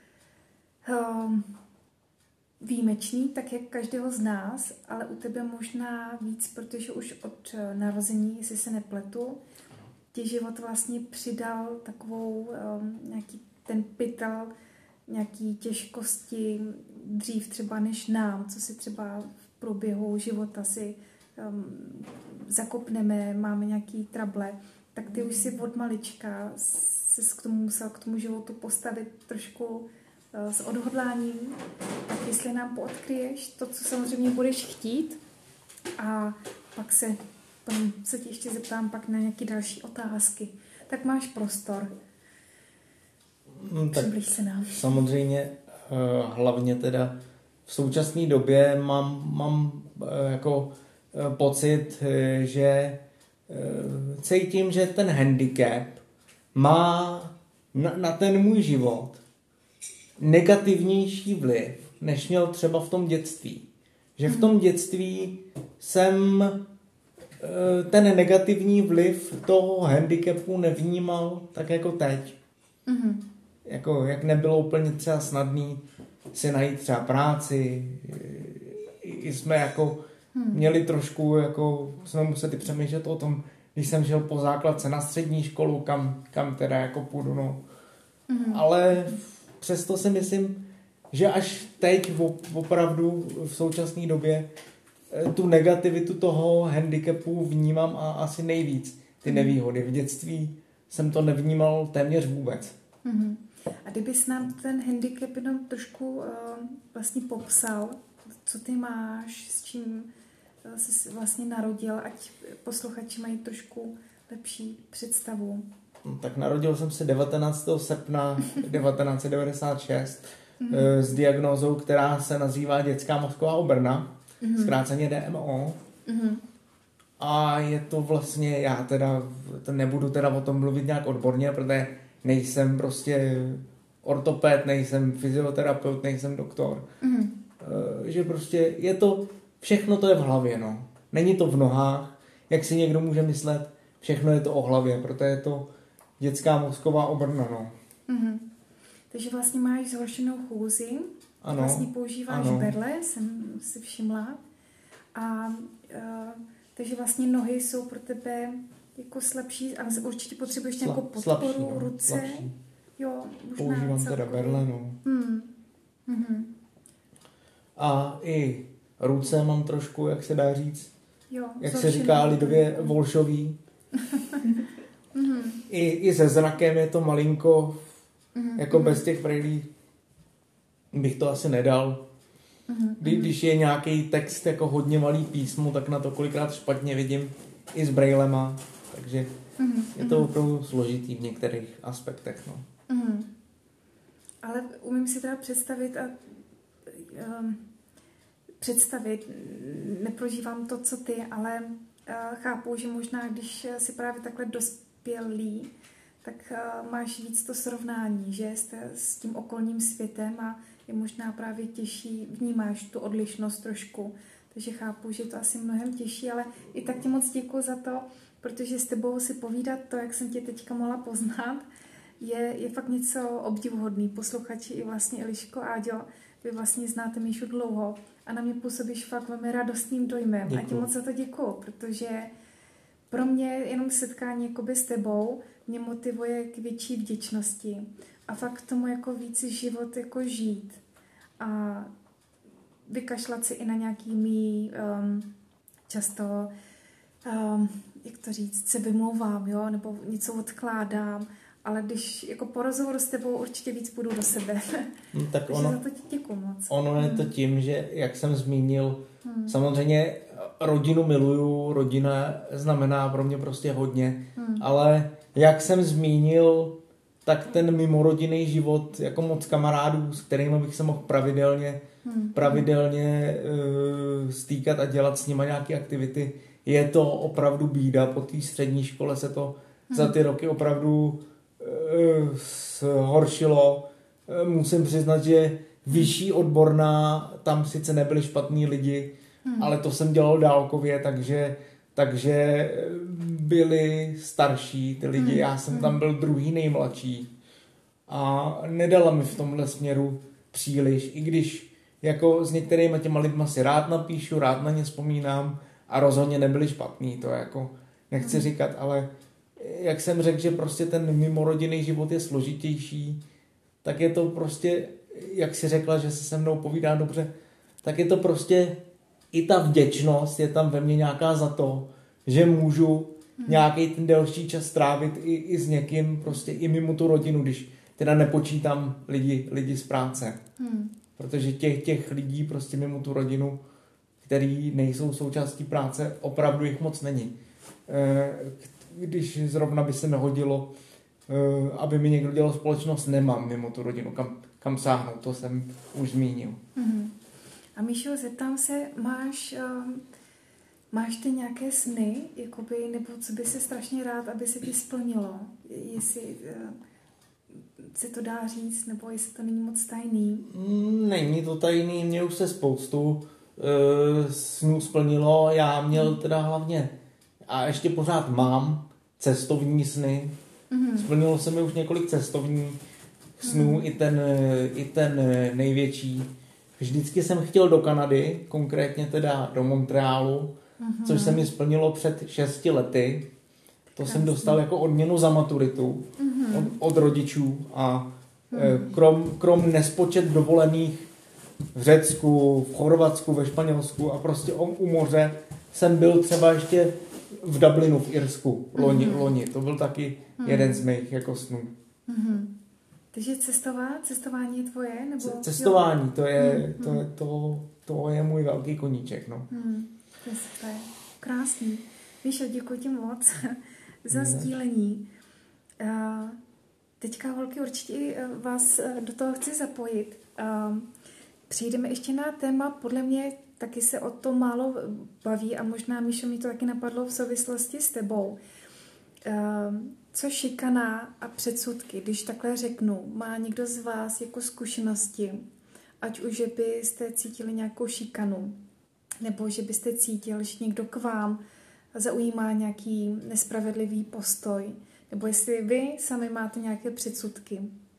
výjimečný, tak jak každého z nás, ale u tebe možná víc, protože už od narození, jestli se nepletu, ti život vlastně přidal takovou nějaký ten pytel, nějaký těžkosti dřív třeba než nám, co si třeba v průběhu života si um, zakopneme, máme nějaký trable, tak ty už si od malička se k tomu musel k tomu životu postavit trošku uh, s odhodláním. Tak jestli nám poodkryješ to, co samozřejmě budeš chtít, a pak se, potom se tě ještě zeptám pak na nějaké další otázky. Tak máš prostor. Přibliž se nám. Samozřejmě hlavně teda v současné době mám, mám jako pocit, že cítím, že ten handicap má na, na ten můj život negativnější vliv, než měl třeba v tom dětství. Že v tom dětství jsem ten negativní vliv toho handicapu nevnímal tak jako teď. Mm-hmm. Jako, jak nebylo úplně třeba snadný si najít třeba práci, i jsme jako hmm. měli trošku, jako jsme museli přemýšlet o tom, když jsem šel po základce na střední školu, kam, kam teda jako půjdu, no. Hmm. Ale přesto si myslím, že až teď opravdu v současné době tu negativitu toho handicapu vnímám a asi nejvíc ty nevýhody. V dětství jsem to nevnímal téměř vůbec. Mm-hmm. A kdybys nám ten handicap jenom trošku uh, vlastně popsal, co ty máš, s čím uh, jsi vlastně narodil, ať posluchači mají trošku lepší představu. No, tak narodil jsem se devatenáctého srpna devatenáct set devadesát šest mm-hmm. s diagnózou, která se nazývá dětská mozková obrna, mm-hmm. zkráceně D M O. Mm-hmm. A je to vlastně, já teda to nebudu teda o tom mluvit nějak odborně, protože nejsem prostě ortoped, nejsem fyzioterapeut, nejsem doktor. Mm-hmm. Že prostě je to, všechno to je v hlavě, no. Není to v nohách, jak si někdo může myslet, všechno je to o hlavě, protože je to dětská mozková obrna, no. Mm-hmm. Takže vlastně máš zhoršenou chůzi, ano, vlastně používáš ano. berle, jsem si všimla. A uh, takže vlastně nohy jsou pro tebe jako slabší a určitě potřebuješ nějakou podporu, slabší, no, ruce. Slabší. Jo, používám celkově. Teda berle, no. Hmm. Mm-hmm. A i ruce mám trošku, jak se dá říct, jo, jak se říká lidově, volšový. mm-hmm. I, I se zrakem je to malinko, mm-hmm. jako bez těch brýlí bych to asi nedal. Mm-hmm. Kdy, když je nějaký text jako hodně malý písmo, tak na to kolikrát špatně vidím i s brejlema, takže mm-hmm. je to opravdu složitý v některých aspektech. No. Mm-hmm. Ale umím si teda představit a um, představit, neprožívám to, co ty, ale uh, chápu, že možná, když si právě takhle dospělý, tak uh, máš víc to srovnání, že jste s tím okolním světem a je možná právě těžší, vnímáš tu odlišnost trošku, takže chápu, že je to asi mnohem těžší, ale i tak ti moc děkuji za to, protože s tebou si povídat to, jak jsem tě teďka mohla poznat, je, je fakt něco obdivuhodný. Posluchači i vlastně Eliško, Áďo, vy vlastně znáte Míšu dlouho a na mě působíš fakt velmi radostným dojmem. Děkuju. A ti moc za to děkuju, protože pro mě jenom setkání jakoby s tebou mě motivuje k větší vděčnosti a fakt k tomu jako víc život jako žít a vykašlat si i na nějaký mý um, často um, jak to říct, se vymlouvám, jo, nebo něco odkládám, ale když jako po rozhovoru s tebou určitě víc půjdu do sebe. No, tak Takže ono, za to ti děkuju moc. Ono je to tím, že jak jsem zmínil, hmm. samozřejmě rodinu miluju, rodina znamená pro mě prostě hodně, hmm. ale jak jsem zmínil, tak ten mimorodinný život, jako moc kamarádů, s kterými bych se mohl pravidelně, hmm. pravidelně uh, stýkat a dělat s nimi nějaké aktivity, je to opravdu bída. Po té střední škole se to hmm. za ty roky opravdu uh, zhoršilo. Uh, musím přiznat, že vyšší odborná, tam sice nebyli špatní lidi, hmm. ale to jsem dělal dálkově, takže, takže byli starší ty lidi. Hmm. Já jsem tam byl druhý nejmladší a nedala mi v tomhle směru příliš, i když jako s některými těma lidma si rád napíšu, rád na ně vzpomínám a rozhodně nebyli špatný, to jako nechci hmm. říkat, ale jak jsem řekl, že prostě ten mimorodinný život je složitější, tak je to prostě, jak si řekla, že se se mnou povídá dobře, tak je to prostě i ta vděčnost, je tam ve mně nějaká za to, že můžu hmm. nějaký ten delší čas strávit i, i s někým, prostě i mimo tu rodinu, když teda nepočítám lidi, lidi z práce. Hmm. Protože těch, těch lidí prostě mimo tu rodinu, který nejsou součástí práce, opravdu jich moc není. Když zrovna by se nehodilo, aby mi někdo dělal společnost, nemám mimo tu rodinu, kam, kam sáhnout, to jsem už zmínil. Mm-hmm. A Míšo, zeptám se, máš, um, máš ty nějaké sny, jakoby, nebo co by se strašně rád, aby se ti splnilo? Jestli uh, se to dá říct, nebo jestli to není moc tajný? Není to tajný, mě už se spoustu uh, snů splnilo, já měl teda hlavně, a ještě pořád mám cestovní sny, mm-hmm. splnilo se mi už několik cestovních snů, mm-hmm. i, ten, i ten největší. Vždycky jsem chtěl do Kanady, konkrétně teda do Montrealu, mm-hmm. což se mi splnilo před šesti lety. To Krásný. Jsem dostal jako odměnu za maturitu mm-hmm. od, od rodičů a mm-hmm. krom, krom nespočet dovolených v Řecku, v Chorvatsku, ve Španělsku a prostě u moře jsem byl třeba ještě v Dublinu, v Irsku, loni, Mm-hmm. loni. To byl taky mm. jeden z mých jako snů. Mm-hmm. Takže cestová, cestování je tvoje? Nebo... Cestování, to je, mm. to, je, to, to je můj velký koníček. No. Mm. To je super. Krásný. Míšo, děkuji ti moc za sdílení. Uh, teďka, holky, určitě vás do toho chci zapojit. Uh, přijdeme ještě na téma, podle mě taky se o to málo baví a možná, Míšo, mi to taky napadlo v souvislosti s tebou. Uh, co šikana a předsudky, když takhle řeknu, má někdo z vás jako zkušenosti, ať už, že byste cítili nějakou šikanu, nebo že byste cítil, že někdo k vám zaujímá nějaký nespravedlivý postoj, nebo jestli vy sami máte nějaké předsudky.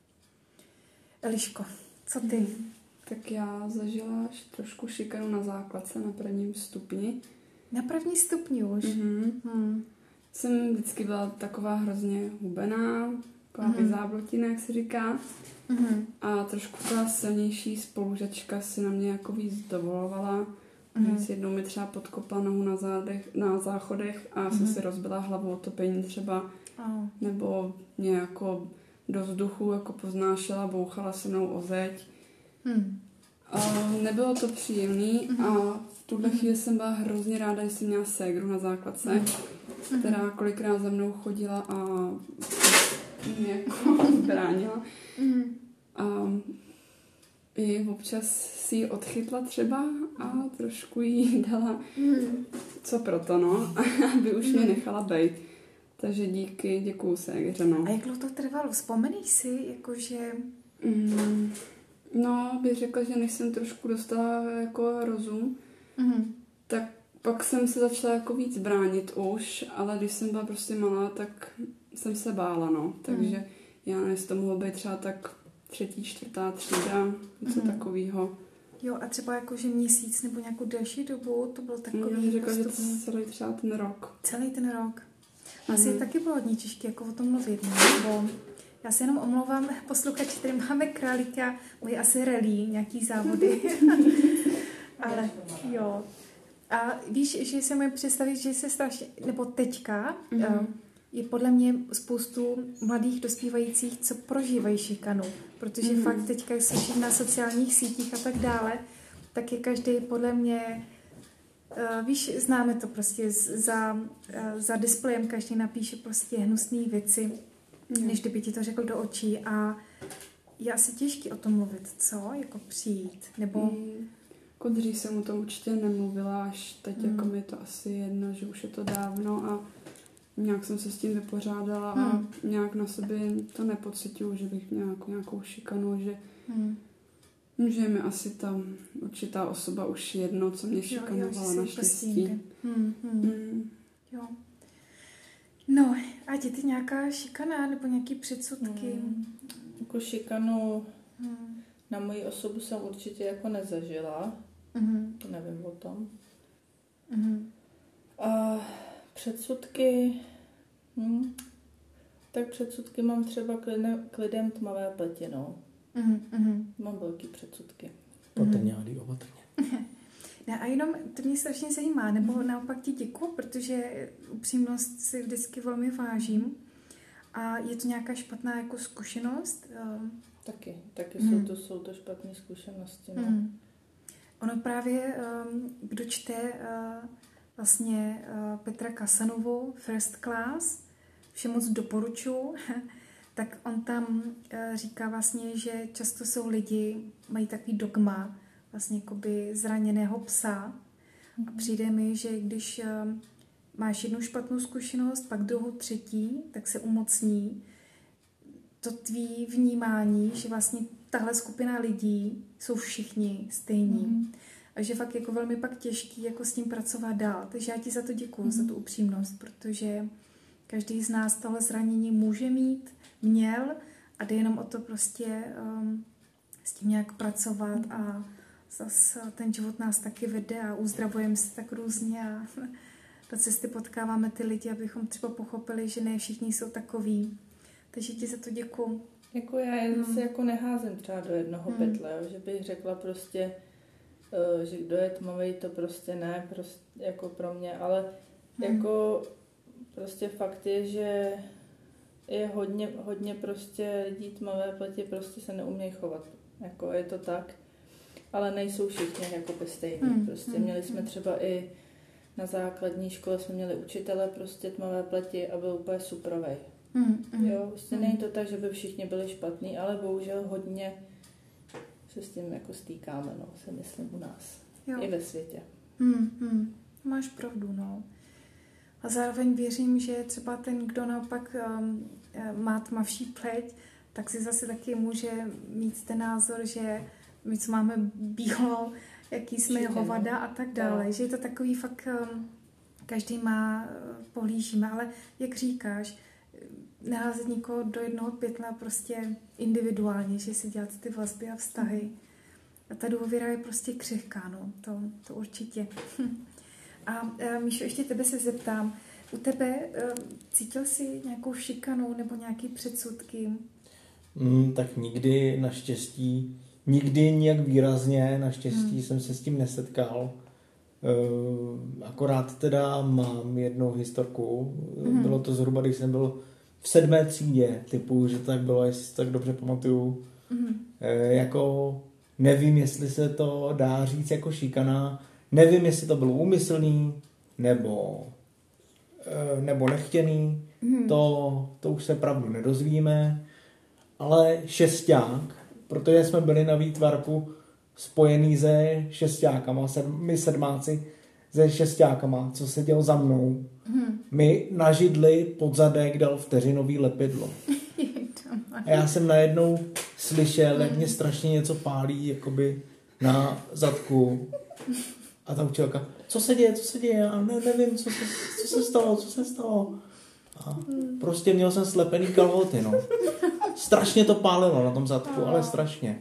Eliško, co ty? Hmm. Tak já zažila trošku šikanu na základce na prvním stupni. Na první stupni už? Mm-hmm. Hmm. Jsem vždycky byla taková hrozně hubená, taková Mm-hmm. vyzáblotina, jak se říká. Mm-hmm. A trošku ta silnější spolužačka si na mě jako víc dovolovala. Mm-hmm. Si jednou mi třeba podkopla nohu na, zádech, na záchodech a mm-hmm. jsem si rozbila hlavu o topení třeba. Oh. Nebo mě jako do vzduchu jako poznášela, bouchala se mnou o zeď. Hmm. A nebylo to příjemný mm-hmm. a v tuhle mm-hmm. chvíli jsem byla hrozně ráda, že jsem měla ségru na základce, mm-hmm. která kolikrát za mnou chodila a mě jako bránila. Mm-hmm. A i občas si ji odchytla třeba a trošku jí dala mm-hmm. co proto, no, aby už mm-hmm. mě nechala bejt. Takže díky, děkuju ségře, no. A jak dlouho to trvalo? Vzpomeníš si, jakože... Mm, no, bych řekla, že než jsem trošku dostala jako rozum, Mm-hmm. tak pak jsem se začala jako víc bránit už, ale když jsem byla prostě malá, tak jsem se bála, no. Takže mm. já nevím, jestli to mohlo být třeba tak třetí, čtvrtá třída, něco mm. takového. Jo, a třeba jakože měsíc nebo nějakou delší dobu, to bylo takový... Já bych řekla, že postupný... celý třeba ten rok. Celý ten rok. Asi mm. taky bylo hodně těžké jako o tom mluvit, ne? Nebo já se jenom omlouvám posluchači, tady máme králíka, můj asi rally, nějaký závody. Ale jo. A víš, že si můžu představit, že se strašně, nebo teďka, mm. je podle mě spoustu mladých dospívajících, co prožívají šikanu, protože mm. fakt teďka jsou na sociálních sítích a tak dále, tak je každý podle mě, uh, víš, známe to prostě, za, uh, za displejem každý napíše prostě hnusné věci, mm. než kdyby ti to řekl do očí a je asi těžký o tom mluvit, co? Jako přijít, nebo... Mm. Jako dřív jsem o tom určitě nemluvila, až teď mm. jako mi je to asi jedno, že už je to dávno a nějak jsem se s tím vypořádala hmm. a nějak na sobě to nepocituju, že bych měla jako nějakou šikanu, že, hmm. že mi asi ta určitá osoba už jedno, co mě šikanovala, naštěstí. Hmm, hmm. Hmm. Jo. No, ať je ty nějaká šikana nebo nějaký předsudky? Hmm. Jako šikanu hmm. na moji osobu jsem určitě jako nezažila. Hmm. To nevím o tom. Hmm. A předsudky, hm, tak předsudky mám třeba k lidem, k lidem tmavé pleti, no. Mm-hmm. Mám velký předsudky. Patrně, mm-hmm. opatrně. Ne, a jenom to mě strašně zajímá, nebo mm-hmm. naopak ti děkuju, protože upřímnost si vždycky velmi vážím. A je to nějaká špatná jako zkušenost? Taky, taky mm. jsou, to, jsou to špatné zkušenosti, no. Mm. Ono právě, um, kdo čte uh, vlastně uh, Petra Kasanovu First Class, všem moc doporučuji, tak on tam uh, říká vlastně, že často jsou lidi, mají takový dogma vlastně jakoby zraněného psa mm-hmm. a přijde mi, že když uh, máš jednu špatnou zkušenost, pak druhou, třetí, tak se umocní to tvý vnímání, že vlastně tahle skupina lidí jsou všichni stejní. Mm-hmm. A že fakt jako velmi pak těžký jako s tím pracovat dál. Takže já ti za to děkuju, mm-hmm. za tu upřímnost, protože každý z nás tohle zranění může mít, měl a jde jenom o to prostě um, s tím nějak pracovat mm-hmm. a zase ten život nás taky vede a uzdravujeme se tak různě a do cesty potkáváme ty lidi, abychom třeba pochopili, že ne všichni jsou takový. Takže ti za to děkuju. Jako já je zase hmm. jako neházím třeba do jednoho hmm. pytle, jo, že bych řekla prostě, uh, že kdo je tmavý, to prostě ne, prostě jako pro mě, ale hmm. jako prostě fakt je, že je hodně, hodně prostě lidí tmavé pleti prostě se neumějí chovat. Jako je to tak. Ale nejsou všichni jakoby stejní. Hmm. Prostě měli jsme třeba i na základní škole jsme měli učitele prostě tmavé pleti a byl úplně suprovej. Hmm. Jo, prostě není to tak, že by všichni byli špatní, ale bohužel hodně se s tím jako stýkáme, no, se myslím u nás. Jo. I ve světě. Hmm. Hmm. Máš pravdu, no. A zároveň věřím, že třeba ten, kdo naopak um, má tmavší pleť, tak si zase taky může mít ten názor, že my, co máme bílou, jaký jsme jeho hovada a tak dále. No. Že je to takový fakt, um, každý má, uh, pohlížíme, ale jak říkáš, naházet někoho do jednoho pytla prostě individuálně, že si dělat ty vazby a vztahy. Mm. A ta důvěra je prostě křehká, no, to, to určitě. A uh, Míšo, ještě tebe se zeptám, u tebe uh, cítil jsi nějakou šikanu nebo nějaký předsudky? Mm, tak nikdy naštěstí, nikdy nějak výrazně, naštěstí hmm. jsem se s tím nesetkal. Uh, akorát teda mám jednu historku, hmm. bylo to zhruba, když jsem byl v sedmé třídě, typu, že to tak bylo, jestli tak dobře pamatuju. Hmm. Uh, jako nevím, jestli se to dá říct jako šikana, nevím, jestli to bylo úmyslný, nebo, uh, nebo nechtěný, hmm. to, to už se pravdu nedozvíme, ale šesták, protože jsme byli na výtvarku spojený se šestákama, my sedmáci se šestákama, co se dělo za mnou. Hmm. My na židli pod zadek dal vteřinový lepidlo. A já jsem najednou slyšel, jak mě strašně něco pálí jakoby na zadku. A ta učitelka, co se děje, co se děje, já ne, nevím, co se, co se stalo, co se stalo. A prostě měl jsem slepený kalhoty, no. Strašně to pálilo na tom zadku, ale strašně.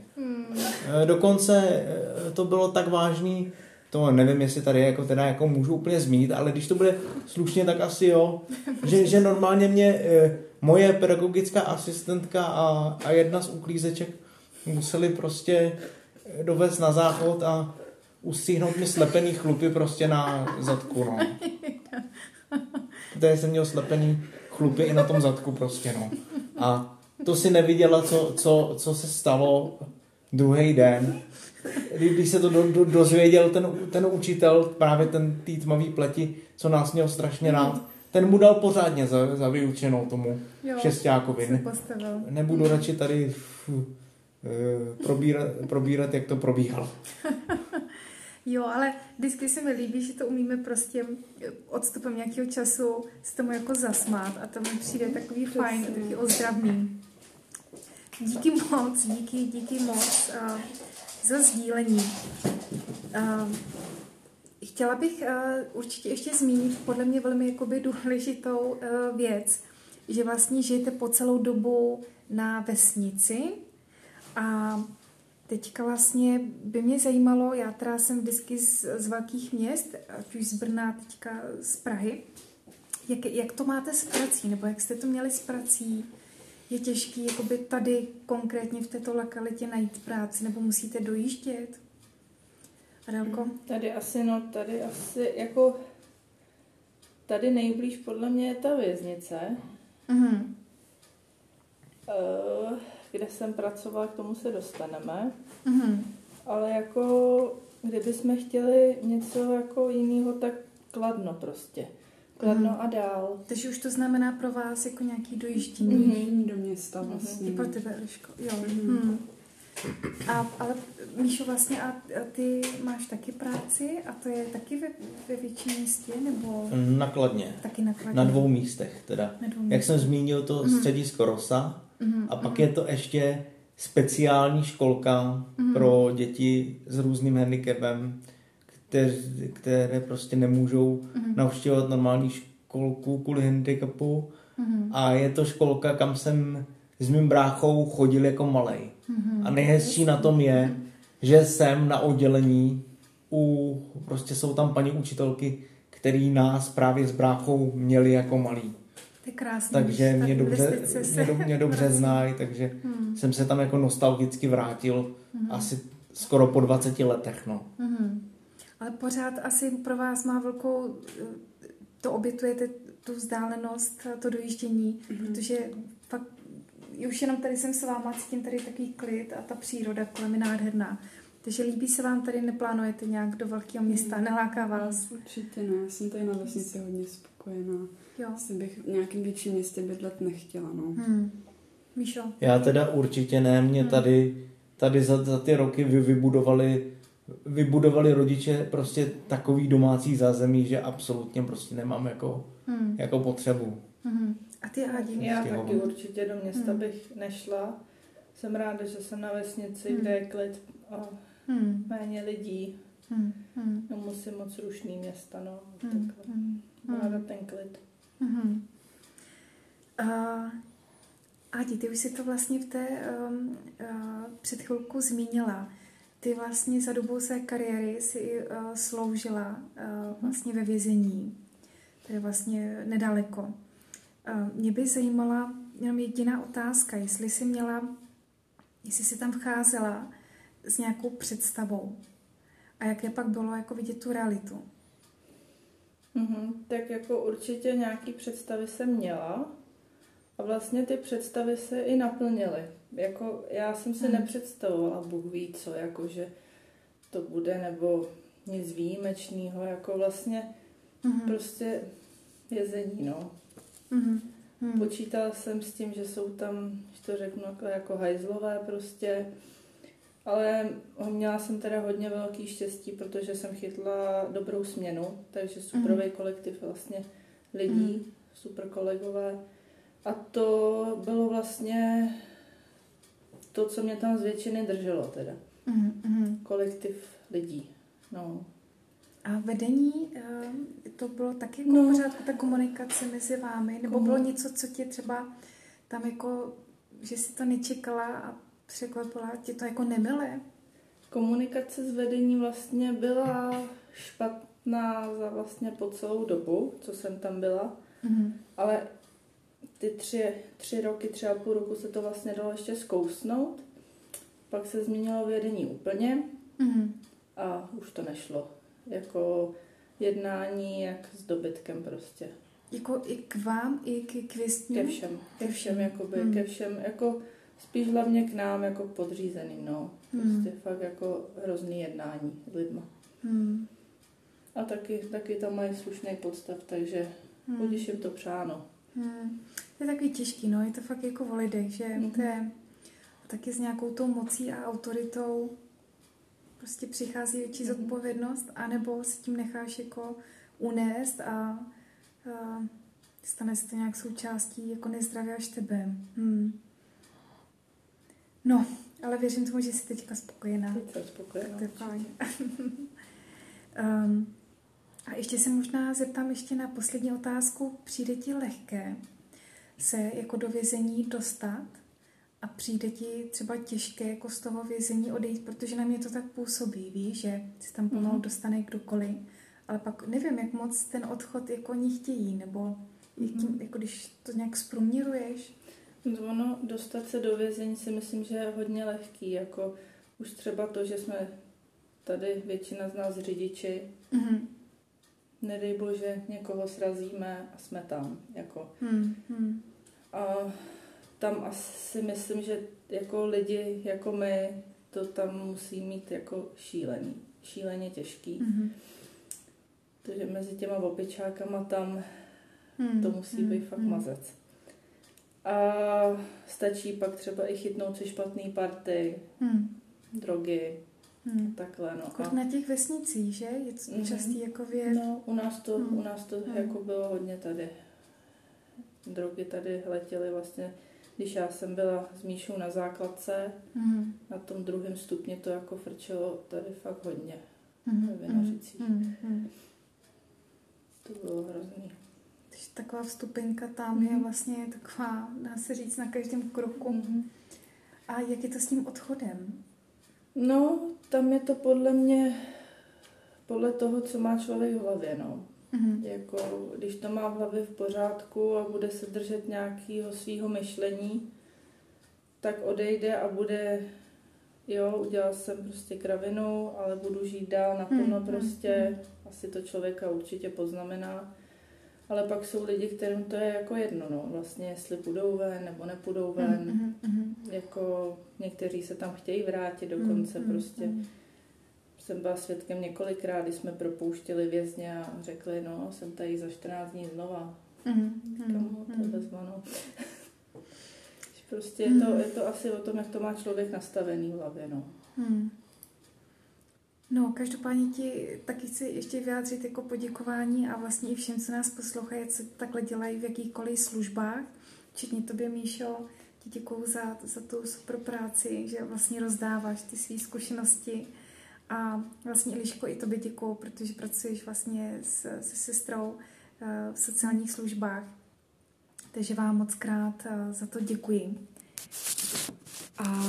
Dokonce to bylo tak vážný, to nevím, jestli tady jako teda jako můžu úplně zmínit, ale když to bude slušně, tak asi jo, že, že normálně mě moje pedagogická asistentka a, a jedna z uklízeček museli prostě dovést na záchod a ustříhnout mi slepený chlupy prostě na zadku, no. Tady jsem měl slepený chlupy i na tom zadku prostě, no. A to si neviděla, co, co, co se stalo druhý den. Když se to do, do, dozvěděl ten, ten učitel, právě ten tý tmavý pleti, co nás měl strašně rád, ten mu dal pořádně za, za vyučenou tomu jo, šestákovi. Ne, nebudu radši tady fuh, probírat, probírat, jak to probíhalo. Jo, ale vždycky se mi líbí, že to umíme prostě odstupem nějakého času se tomu jako zasmát a to mi přijde takový fajn, takový ozdravný. Díky moc, díky, díky moc uh, za sdílení. Uh, chtěla bych uh, určitě ještě zmínit podle mě velmi jakoby důležitou uh, věc, že vlastně žijete po celou dobu na vesnici a teďka vlastně by mě zajímalo, já teda jsem vždycky z, z velkých měst, ať už z Brna, teďka z Prahy, jak, jak to máte s prací, nebo jak jste to měli s prací? Je těžký jakoby tady konkrétně v této lokalitě najít práci, nebo musíte dojíždět? Adélko? Tady asi, no, tady asi, jako, tady nejblíž podle mě je ta věznice, uh-huh. uh, kde jsem pracovala, k tomu se dostaneme, uh-huh. ale jako, kdybychom chtěli něco jako jiného, tak Kladno prostě. Kladno mm. a dál. Takže už to znamená pro vás jako nějaký dojíždění mm. do města vlastně. I pro tebe, Eliško. Jo. Mm. Mm. A, ale Míšo, vlastně a, a ty máš taky práci a to je taky ve, ve větším městě, nebo? Na Kladně. Taky na Kladně. Na dvou místech teda. Na dvou Jak místech. jsem zmínil, to mm. středisko Rosa mm. a pak mm. je to ještě speciální školka mm. pro děti s různým handicapem, které, které prostě nemůžou mm. navštěvovat normální školku kvůli handicapu. Mm. A je to školka, kam jsem s mým bráchou chodil jako malej. Mm. A nejhezčí na tom je, že jsem na oddělení u, prostě jsou tam paní učitelky, který nás právě s bráchou měli jako malý. To je krásný. Takže mě dobře, mě, do, mě dobře znají, takže hmm. jsem se tam jako nostalgicky vrátil hmm. asi skoro po dvaceti letech. No. Hmm. Ale pořád asi pro vás má velkou, to obětujete tu vzdálenost, to dojíždění, mm-hmm. protože fakt už jenom tady jsem s váma, cítím tady takový klid a ta příroda kolem je nádherná. Takže líbí se vám tady, neplánujete nějak do velkého města, neláká vás? Určitě ne, já jsem tady na vesnici hodně spokojená. Jo. Asi bych v nějakém větším městě bydlet nechtěla, no. Hmm. Míšo? Já teda určitě ne, mě hmm. tady, tady za, za ty roky vy vybudovali, vybudovali rodiče prostě takový domácí zázemí, že absolutně prostě nemám jako, hmm. jako potřebu. Hmm. A ty, Ádi? Já taky určitě do města hmm. bych nešla. Jsem ráda, že jsem na vesnici, hmm. kde je klid a hmm. méně lidí. Hmm. Hmm. Nemusím moc rušný města, no. Hmm. Takhle. Hmm. Ráda ten klid. Hmm. Uh, Ádi, ty už si to vlastně v té um, uh, před chvilkou zmínila. Ty vlastně za dobu své kariéry si uh, sloužila uh, vlastně ve vězení. To je vlastně nedaleko. Uh, mě by zajímala jenom jediná otázka, jestli jsi měla, jestli jsi tam vcházela s nějakou představou a jaké pak bylo jako vidět tu realitu. Mm-hmm. Tak jako určitě nějaký představy jsem měla a vlastně ty představy se i naplnily. Jako já jsem si mm. nepředstavovala, Bůh ví co, jako že to bude nebo nic výjimečného, jako vlastně mm. prostě vězení, no. Mm. Mm. Počítala jsem s tím, že jsou tam, že to řeknu, jako hajzlové prostě, ale měla jsem teda hodně velký štěstí, protože jsem chytla dobrou směnu, takže superový kolektiv vlastně lidí, mm. super kolegové. A to bylo vlastně to, co mě tam z většiny drželo teda. Mm. Kolektiv lidí, no. A vedení, to bylo taky jako no. pořádku, ta komunikace mezi vámi? Nebo Komu... bylo něco, co tě třeba tam jako, že jsi to nečekala a překvapila tě to jako nemilé? Komunikace s vedením vlastně byla špatná za vlastně po celou dobu, co jsem tam byla. Mm-hmm. Ale ty tři, tři roky, tři a půl roku se to vlastně dalo ještě zkousnout. Pak se změnilo vedení úplně mm-hmm. a už to nešlo. Jako jednání jak s dobytkem prostě. Jako i k vám, i k, k věstním? Ke všem, ke všem, jakoby, hmm. ke všem, jako spíš hlavně k nám, jako podřízeným, no. Prostě hmm. fakt jako hrozný jednání s lidma. Hmm. A taky, taky tam mají slušný podstav, takže hmm. budíš jim to přáno. Hmm. To je takový těžký, no, je to fakt jako o lidech, že hmm. to je taky s nějakou tou mocí a autoritou prostě přichází větší zodpovědnost, anebo si tím necháš jako unést a, a stane se to nějak součástí jako nezdravě až tebe. Hmm. No, ale věřím tomu, že jsi teďka spokojená. Teď jsem spokojená. To je fajn. um, a ještě se možná zeptám ještě na poslední otázku. Přijde ti lehké se jako do vězení dostat? A přijde ti třeba těžké jako z toho vězení odejít, protože na mě to tak působí, víš, že se tam pomalu dostane kdokoliv, ale pak nevím, jak moc ten odchod jako oni chtějí, nebo jakým, jako když to nějak zprůměruješ. Ono, dostat se do vězení si myslím, že je hodně lehký, jako už třeba to, že jsme tady většina z nás řidiči, mm-hmm. nedej bože, někoho srazíme a jsme tam, jako. Mm-hmm. A tam asi myslím, že jako lidi, jako my, to tam musí mít jako šílený, šíleně těžký. Mm-hmm. Takže mezi těma opičákama tam mm-hmm. to musí být mm-hmm. fakt mazec. A stačí pak třeba i chytnout si špatný party, mm. drogy, mm. takhle, no. Jako na těch vesnicích, že? Je to častý jako věc. No, u nás to, mm. u nás to mm. jako bylo hodně tady. Drogy tady letěly vlastně. Když já jsem byla s Míšou na základce, mm. na tom druhém stupni to jako frčelo tady fakt hodně mm. ve Vinařicích. Mm. To bylo hrozný. Takže taková vstupenka tam mm. je vlastně taková, dá se říct, na každém kroku. Mm. A jak je to s tím odchodem? No, tam je to podle mě, podle toho, co má člověk v hlavě, no. Mm-hmm. Jako, když to má v hlavě v pořádku a bude se držet nějakého svého myšlení, tak odejde a bude, jo, udělal jsem prostě kravinu, ale budu žít dál naplno mm-hmm. prostě, asi to člověka určitě poznamená. Ale pak jsou lidi, kterým to je jako jedno, no, vlastně jestli půjdou ven nebo nepůjdou ven. Mm-hmm. Jako někteří se tam chtějí vrátit dokonce mm-hmm. prostě. Jsem byla svědkem několikrát, kdy jsme propouštěli vězně a řekli, no, jsem tady za čtrnáct dní znova. Mm-hmm. Kamu to vezma, no. Prostě je to, je to asi o tom, jak to má člověk nastavený v hlavě, no. Mm. No, každopádně ti taky chci ještě vyjádřit jako poděkování a vlastně i všem, co nás poslouchají, co takhle dělají v jakýchkoliv službách. Včetně tobě, Míšo, ti děkuju za, za tu super práci, že vlastně rozdáváš ty své zkušenosti. A vlastně, Eliško, i tobě děkuju, protože pracuješ vlastně s, se sestrou uh, v sociálních službách. Takže vám moc krát uh, za to děkuji. A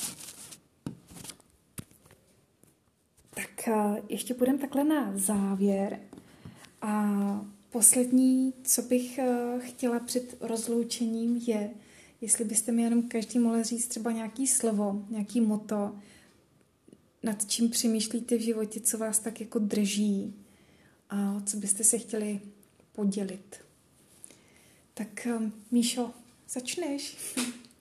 tak uh, ještě půjdeme takhle na závěr. A poslední, co bych uh, chtěla před rozloučením, je, jestli byste mi jenom každý mohli říct třeba nějaký slovo, nějaký motto, nad čím přemýšlíte v životě, co vás tak jako drží a co byste se chtěli podělit. Tak Míšo, začneš?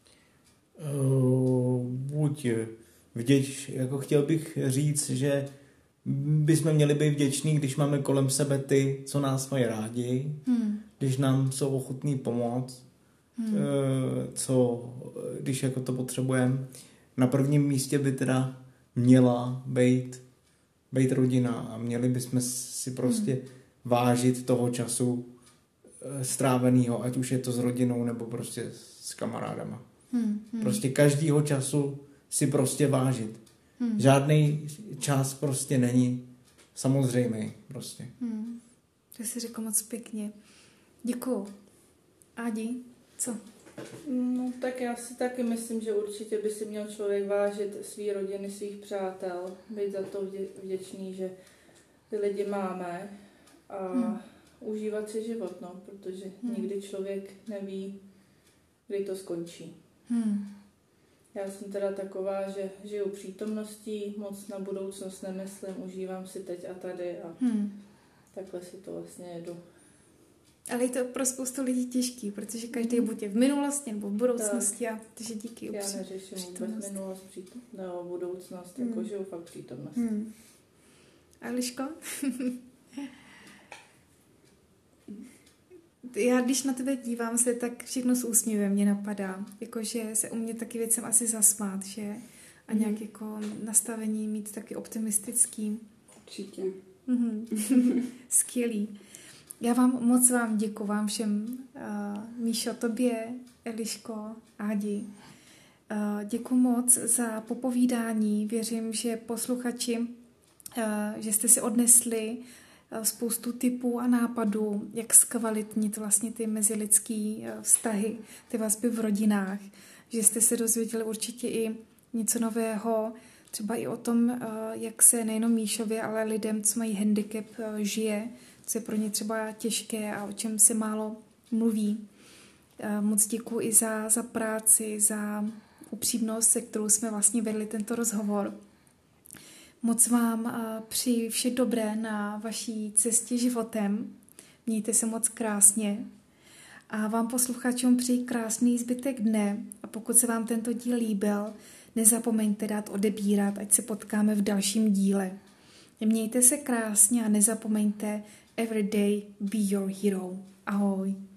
Uh, buď vděč, jako chtěl bych říct, že bychom měli být vděční, když máme kolem sebe ty, co nás mají rádi, hmm. když nám jsou ochotní pomoct, hmm. uh, co, když jako to potřebujeme. Na prvním místě by teda měla být, být rodina a měli bychom si prostě hmm. vážit toho času strávenýho, ať už je to s rodinou nebo prostě s kamarádama. Hmm. Hmm. Prostě každýho času si prostě vážit. Hmm. Žádný čas prostě není samozřejmý prostě. Hmm. To jsi řekl moc pěkně. Děkuju. Adi, co? No tak já si taky myslím, že určitě by si měl člověk vážit svý rodiny, svých přátel, být za to vděčný, že ty lidi máme a hmm. užívat si život, no, protože hmm. nikdy člověk neví, kdy to skončí. Hmm. Já jsem teda taková, že žiju přítomností, moc na budoucnost nemyslím, užívám si teď a tady a hmm. takhle si to vlastně jedu. Ale je to pro spoustu lidí těžký, protože každý buď je v minulosti nebo v budoucnosti tak. A takže díky. Já neřeším vůbec minulost, přítom, nebo budoucnost, hmm. jako žiju fakt přítomnost. Hmm. A Liško? Já když na tebe dívám se, tak všechno s úsměvem mě napadá. Jakože se u mě taky věcem asi zasmát, že? A nějak hmm. jako nastavení mít taky optimistický. Určitě. Mm-hmm. Skvělý. Já vám moc vám děkuji, vám všem, uh, Míšo, tobě, Eliško, Ádi. Uh, děkuji moc za popovídání. Věřím, že posluchači, uh, že jste si odnesli uh, spoustu tipů a nápadů, jak zkvalitnit vlastně ty mezilidský uh, vztahy, ty vazby v rodinách. Že jste se dozvěděli určitě i něco nového, třeba i o tom, uh, jak se nejenom Míšově, ale lidem, co mají handicap, uh, žije, co je pro ně třeba těžké a o čem se málo mluví. Moc děkuji i za, za práci, za upřímnost, se kterou jsme vlastně vedli tento rozhovor. Moc vám přeji vše dobré na vaší cestě životem. Mějte se moc krásně. A vám posluchačům přeji krásný zbytek dne. A pokud se vám tento díl líbil, nezapomeňte dát odebírat, ať se potkáme v dalším díle. Mějte se krásně a nezapomeňte every day be your hero. Ahoj.